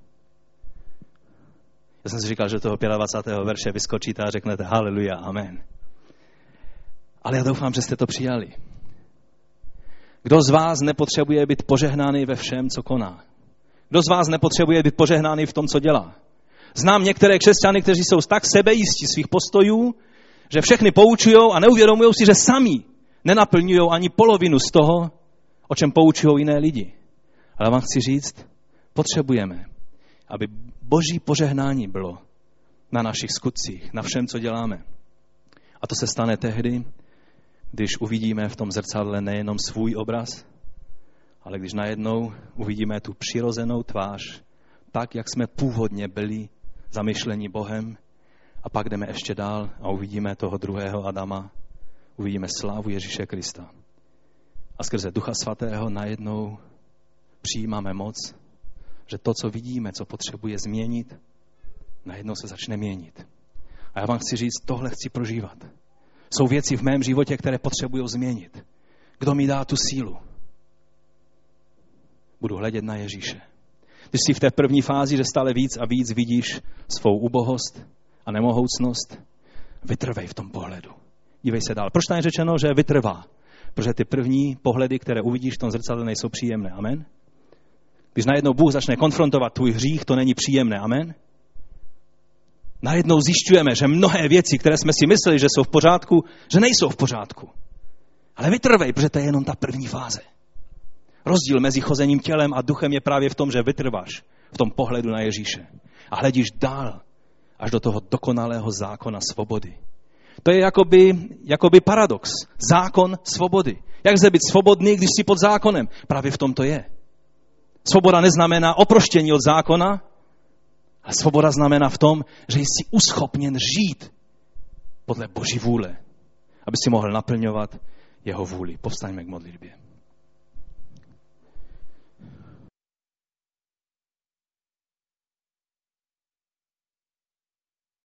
Já jsem si říkal, že toho 25. verše vyskočíte a řeknete haleluja, amen. Ale já doufám, že jste to přijali. Kdo z vás nepotřebuje být požehnaný ve všem, co koná? Kdo z vás nepotřebuje být požehnaný v tom, co dělá? Znám některé křesťany, kteří jsou tak sebejistí svých postojů, že všechny poučujou a neuvědomují si, že sami nenaplňují ani polovinu z toho, o čem poučují jiné lidi. Ale vám chci říct, potřebujeme, aby Boží požehnání bylo na našich skutcích, na všem, co děláme. A to se stane tehdy, když uvidíme v tom zrcadle nejenom svůj obraz, ale když najednou uvidíme tu přirozenou tvář, tak, jak jsme původně byli zamyšleni Bohem, a pak jdeme ještě dál a uvidíme toho druhého Adama, uvidíme slávu Ježíše Krista. A skrze Ducha Svatého najednou přijímáme moc, že to, co vidíme, co potřebuje změnit, najednou se začne měnit. A já vám chci říct, tohle chci prožívat. Jsou věci v mém životě, které potřebují změnit. Kdo mi dá tu sílu? Budu hledět na Ježíše. Když jsi v té první fázi, že stále víc a víc vidíš svou ubohost a nemohoucnost, vytrvej v tom pohledu. Dívej se dál. Proč tam je řečeno, že vytrvá? Protože ty první pohledy, které uvidíš v tom zrcadle, nejsou příjemné. Amen? Když najednou Bůh začne konfrontovat tvůj hřích, to není příjemné. Amen? Najednou zjišťujeme, že mnohé věci, které jsme si mysleli, že jsou v pořádku, že nejsou v pořádku. Ale vytrvej, protože to je jenom ta první fáze. Rozdíl mezi chozením tělem a duchem je právě v tom, že vytrváš v tom pohledu na Ježíše. A hledíš dál, až do toho dokonalého zákona svobody. To je jakoby paradox. Zákon svobody. Jak lze být svobodný, když jsi pod zákonem? Právě v tom to je. Svoboda neznamená oproštění od zákona, ale svoboda znamená v tom, že jsi uschopněn žít podle Boží vůle, aby si mohl naplňovat jeho vůli. Povstaňme k modlitbě.